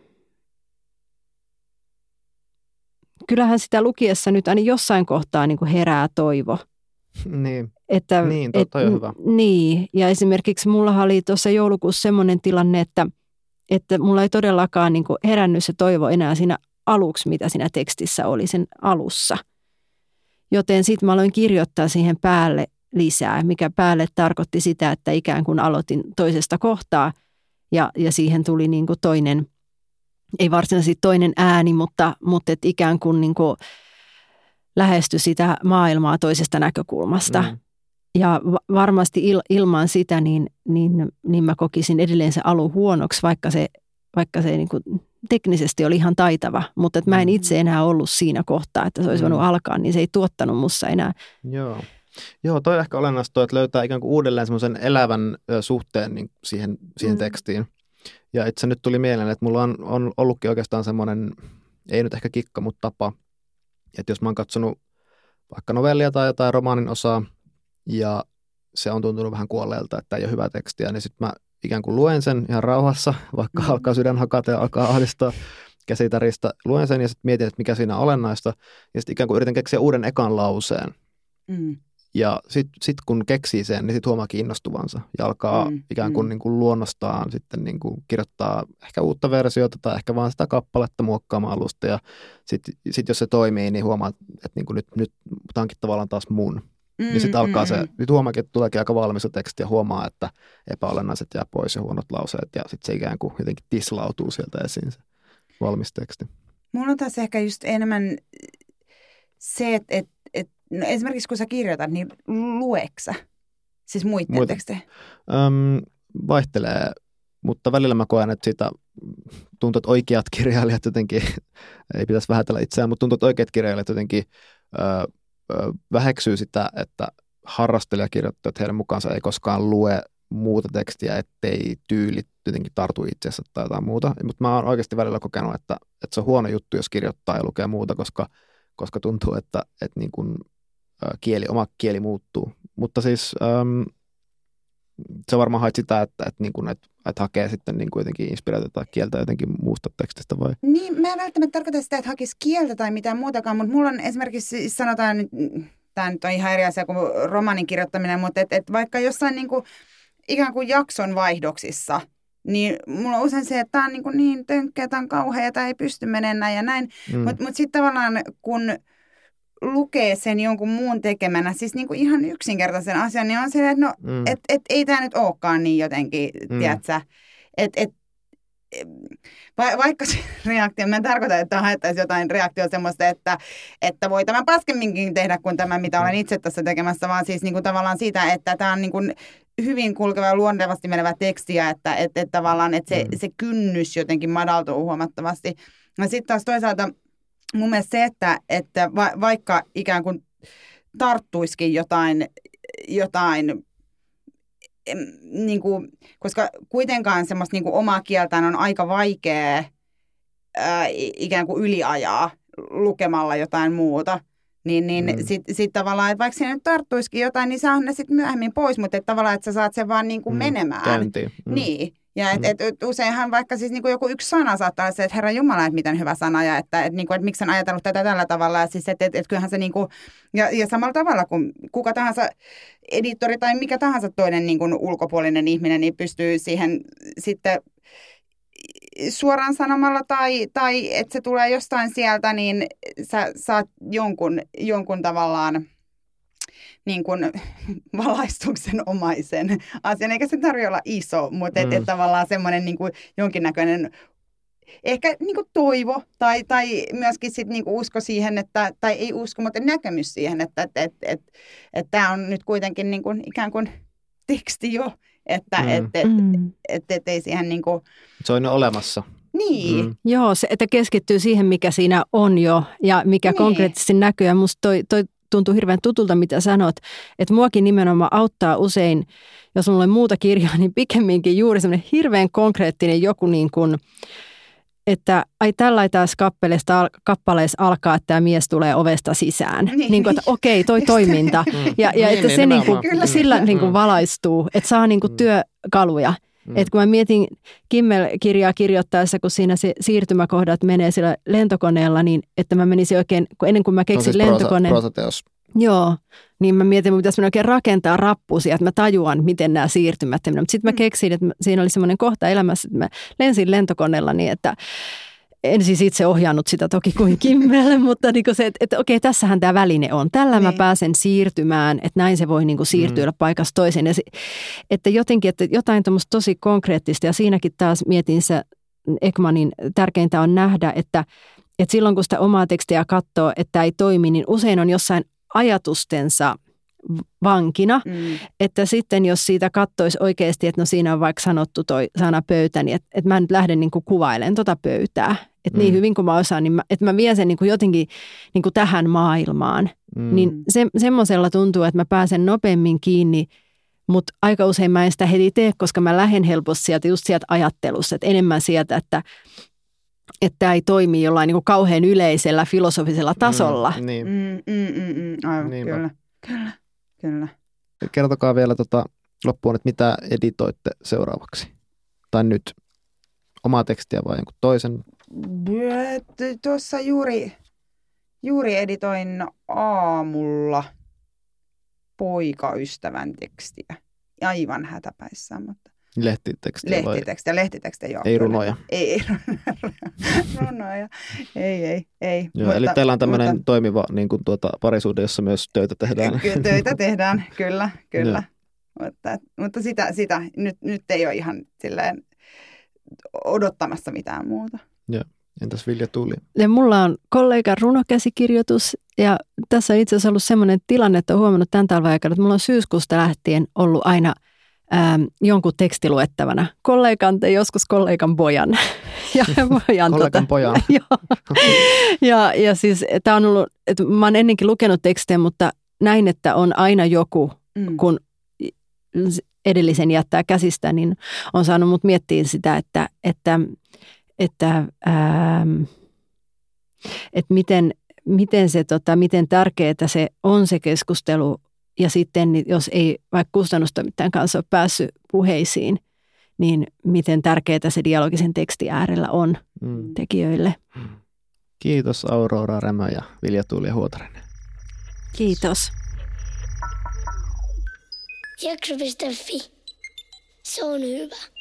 kyllähän sitä lukiessa nyt aina jossain kohtaa niin kuin herää toivo. Niin, että, niin totta on hyvä. Niin, ja esimerkiksi mulla oli tuossa joulukuussa semmoinen tilanne, että, että mulla ei todellakaan niin kuin herännyt se toivo enää siinä aluksi, mitä siinä tekstissä oli sen alussa. Joten sitten mä aloin kirjoittaa siihen päälle lisää, mikä päälle tarkoitti sitä, että ikään kuin aloitin toisesta kohtaa ja, ja siihen tuli niin kuin toinen, ei varsinaisesti toinen ääni, mutta, mutta et ikään kuin, niin kuin lähestyi sitä maailmaa toisesta näkökulmasta. Mm. Ja varmasti il, ilman sitä, niin, niin, niin mä kokisin edelleen se alu huonoksi, vaikka se, vaikka se niin kuin teknisesti oli ihan taitava, mutta että mä en itse enää ollut siinä kohtaa, että se olisi voinut alkaa, niin se ei tuottanut musta enää. Joo, Joo toi on ehkä olennaista, että löytää ikään kuin uudelleen semmoisen elävän suhteen niin siihen, siihen mm. tekstiin. Ja itse nyt tuli mieleen, että mulla on, on ollutkin oikeastaan semmoinen, ei nyt ehkä kikka, mutta tapa, että jos mä oon katsonut vaikka novellia tai jotain romaanin osaa, ja se on tuntunut vähän kuolleelta, että ei ole hyvää tekstiä, niin sitten mä ikään kuin luen sen ihan rauhassa, vaikka mm. alkaa sydän hakata ja alkaa ahdistaa käsitarista. Luen sen ja sitten mietin, että mikä siinä on olennaista. Ja sitten ikään kuin yritän keksiä uuden ekan lauseen. Mm. Ja sitten sit kun keksii sen, niin sitten huomaa kiinnostuvansa. Ja alkaa mm. ikään kuin, mm. niin kuin luonnostaan sitten niin kuin kirjoittaa ehkä uutta versiota tai ehkä vaan sitä kappaletta muokkaamaan alusta. Ja sitten sit jos se toimii, niin huomaa, että niin kuin nyt, nyt tämä onkin tavallaan taas mun. Mm, ja sitten alkaa mm, se, nyt huomaakin, että tuleekin aika valmista tekstiä ja huomaa, että epäolennaiset jää pois ja huonot lauseet ja sitten se ikään kuin jotenkin tislautuu sieltä esiin se valmis teksti. Mulla on taas ehkä just enemmän se, että et, et, no esimerkiksi kun sä kirjoitat, niin lueksä? Siis muiden Muita. tekstejä? Öm, vaihtelee, mutta välillä mä koen, että siitä tuntuu, että oikeat kirjailijat jotenkin, ei pitäisi vähätellä itseään, mutta tuntuu, että oikeat kirjailijat jotenkin Ö, väheksyy sitä, että harrastelijakirjoittajat heidän mukaansa ei koskaan lue muuta tekstiä, ettei tyylit jotenkin tartu itseensä tai jotain muuta. Mutta mä oon oikeasti välillä kokenut, että, että se on huono juttu, jos kirjoittaa ja lukee muuta, koska, koska tuntuu, että, että niin kuin, kieli, oma kieli muuttuu. Mutta siis äm, se varmaan hait sitä, että, että, niin kuin, että, että hakee sitten niin kuin jotenkin inspiraatiota tai kieltä jotenkin muusta tekstistä vai? Niin, mä en välttämättä tarkoita sitä, että hakisi kieltä tai mitään muutakaan, mutta mulla on esimerkiksi, sanotaan nyt, tämä nyt on ihan eri asia kuin romaanin kirjoittaminen, mutta et, et vaikka jossain niin kuin, ikään kuin jakson vaihdoksissa, niin mulla on usein se, että tämä on niin, kuin niin tönkkeä, tämä on kauhea, tämä ei pysty menemään ja näin, mm. mutta mut sitten tavallaan kun lukee sen jonkun muun tekemänä, siis niin kuin ihan yksinkertaisen asian, niin on se, että no, mm. et, et, ei tämä nyt olekaan niin jotenkin, mm. tiedätkö, että et, Va- vaikka se reaktio, mä en tarkoita, että haettaisiin jotain reaktiota semmoista, että, että voi tämän paskemminkin tehdä kuin tämä, mitä olen itse tässä tekemässä, vaan siis niin kuin tavallaan siitä, että tämä on niin kuin hyvin kulkeva ja luontevasti menevä tekstiä, että, että, että tavallaan että se, se kynnys jotenkin madaltuu huomattavasti. Ja sitten taas toisaalta mun mielestä se, että, että va- vaikka ikään kuin tarttuisikin jotain, jotain niin kuin, koska kuitenkaan semmoista niin kuin omaa kieltään on aika vaikea ää, ikään kuin yliajaa lukemalla jotain muuta. Niin, niin mm. sitten sit tavallaan, että vaikka siinä nyt tarttuisikin jotain, niin saa ne sitten myöhemmin pois, mutta että tavallaan, että sä saat sen vaan niin kuin mm. menemään. Käyntiin. Mm. Niin. Ja et, et, et useinhan vaikka siis niinku joku yksi sana saattaa olla se, että Herra Jumala, että miten hyvä sana ja että et, niinku, et miksi en ajatellut tätä tällä tavalla. Ja, siis, et, et, et kyllähän se niinku, ja, ja samalla tavalla kuin kuka tahansa editori tai mikä tahansa toinen niinku ulkopuolinen ihminen, niin pystyy siihen sitten suoraan sanomalla tai, tai että se tulee jostain sieltä, niin sä saat jonkun, jonkun tavallaan niin kuin valaistuksen omaisen asian, eikä se tarvitse olla iso, mutta mm. et, et tavallaan semmoinen niin kuin jonkinnäköinen ehkä niin kuin toivo tai, tai myöskin sit niin kuin usko siihen, että, tai ei usko, mutta näkemys siihen, että et, et, et, et tämä on nyt kuitenkin niin kuin ikään kuin teksti jo, että mm. et, et, Mm. et, et, et ei siihen niin kuin Se on jo olemassa. Niin. Mm. Joo, se, että keskittyy siihen, mikä siinä on jo ja mikä Niin. konkreettisesti näkyy. Ja musta toi, toi tuntuu hirveän tutulta, mitä sanot, että muakin nimenomaan auttaa usein, jos mulla on muuta kirjaa, niin pikemminkin juuri semmoinen hirveän konkreettinen joku niin kuin, että ai tällä taas kappaleessa, kappaleessa alkaa, että tämä mies tulee ovesta sisään. Niin. Niin kuin, että okei, toi toiminta. Ja, ja Niin, että niin, se niin kuin, nimenomaan. sillä niin kuin Mm. valaistuu, että saa niin kuin työkaluja. Mm. Että kun mä mietin Kimmel-kirjaa kirjoittaessa, kun siinä se siirtymäkohdat menee sillä lentokoneella, niin että mä menisin oikein, kun ennen kuin mä Se on keksin siis lentokoneen. proosa, proosateos. Joo, niin mä mietin, että pitäisi oikein rakentaa rappusia, että mä tajuan, miten nämä siirtymät menevät. Mutta sitten mä keksin, että siinä oli semmoinen kohta elämässä, että mä lensin lentokoneella niin, että en siis itse ohjannut sitä toki kuin Kimmel, mutta niin kuin se, että, että okei, tässähän tämä väline on. Tällä mä Niin. pääsen siirtymään, että näin se voi niin kuin siirtyä Mm. paikasta toiseen. Ja se, että jotenkin, että jotain tuommoista tosi konkreettista ja siinäkin taas mietin se Ekmanin tärkeintä on nähdä, että, että silloin kun sitä omaa tekstiä katsoo, että tämä ei toimi, niin usein on jossain ajatustensa vankina, Mm. että sitten jos siitä katsoisi oikeasti, että no siinä on vaikka sanottu toi sana pöytä, niin että, että mä nyt lähden niin kuin kuvailemaan tota pöytää. Että mm. niin hyvin kuin mä osaan, niin mä, että mä vien sen niin kuin jotenkin niin kuin tähän maailmaan. Mm. Niin se, semmoisella tuntuu, että mä pääsen nopeammin kiinni, mutta aika usein mä en sitä heti tee, koska mä lähden helposti sieltä just sieltä ajattelussa, että enemmän sieltä, että että tämä ei toimi jollain niin kuin kauhean yleisellä filosofisella tasolla. Mm. Niin. Mm, mm, mm, mm, aivan, Niinpä. kyllä. Kyllä, kyllä. Kertokaa vielä tota, loppuun, että mitä editoitte seuraavaksi? Tai nyt omaa tekstiä vai jonkun toisen? Tuossa juuri, juuri editoin aamulla poikaystävän tekstiä. Aivan hätäpäissään, mutta Lehtitekstiä vai? lehtitekstiä, lehtitekstiä, joo. Ei kyllä. runoja. Ei, ei runoja. ei, ei, ei. Joo, eli teillä on tämmöinen mutta, toimiva niin kuin tuota, parisuhde, jossa myös töitä tehdään. Ky- töitä tehdään, kyllä, kyllä. mutta mutta sitä, sitä nyt, nyt ei ole ihan silleen odottamassa mitään muuta. Joo. Entäs Vilja Tuuli? Ja mulla on kollegan runokäsikirjoitus ja tässä on itse asiassa ollut semmoinen tilanne, että olen huomannut tämän talven aikana, että mulla on syyskuusta lähtien ollut aina ähm, jonkun teksti luettavana. Kollegan tai joskus kollegan pojan. ja pojan Kollegan tota, pojan. joo. ja, ja siis tämä on ollut, että mä oon ennenkin lukenut tekstejä, mutta näin, että on aina joku, Mm. kun edellisen jättää käsistä, niin on saanut mut miettiä sitä, että, että että, ähm, että miten, miten, se, tota, miten tärkeää se on se keskustelu ja sitten jos ei vaikka kustannustoimittajan kanssa ole päässyt puheisiin, niin miten tärkeää se dialogisen tekstin äärellä on Mm. tekijöille. Kiitos Aurora Rämö ja Vilja Tuuli Huotarinen. Kiitos. Jakso piste fi. Se on hyvä.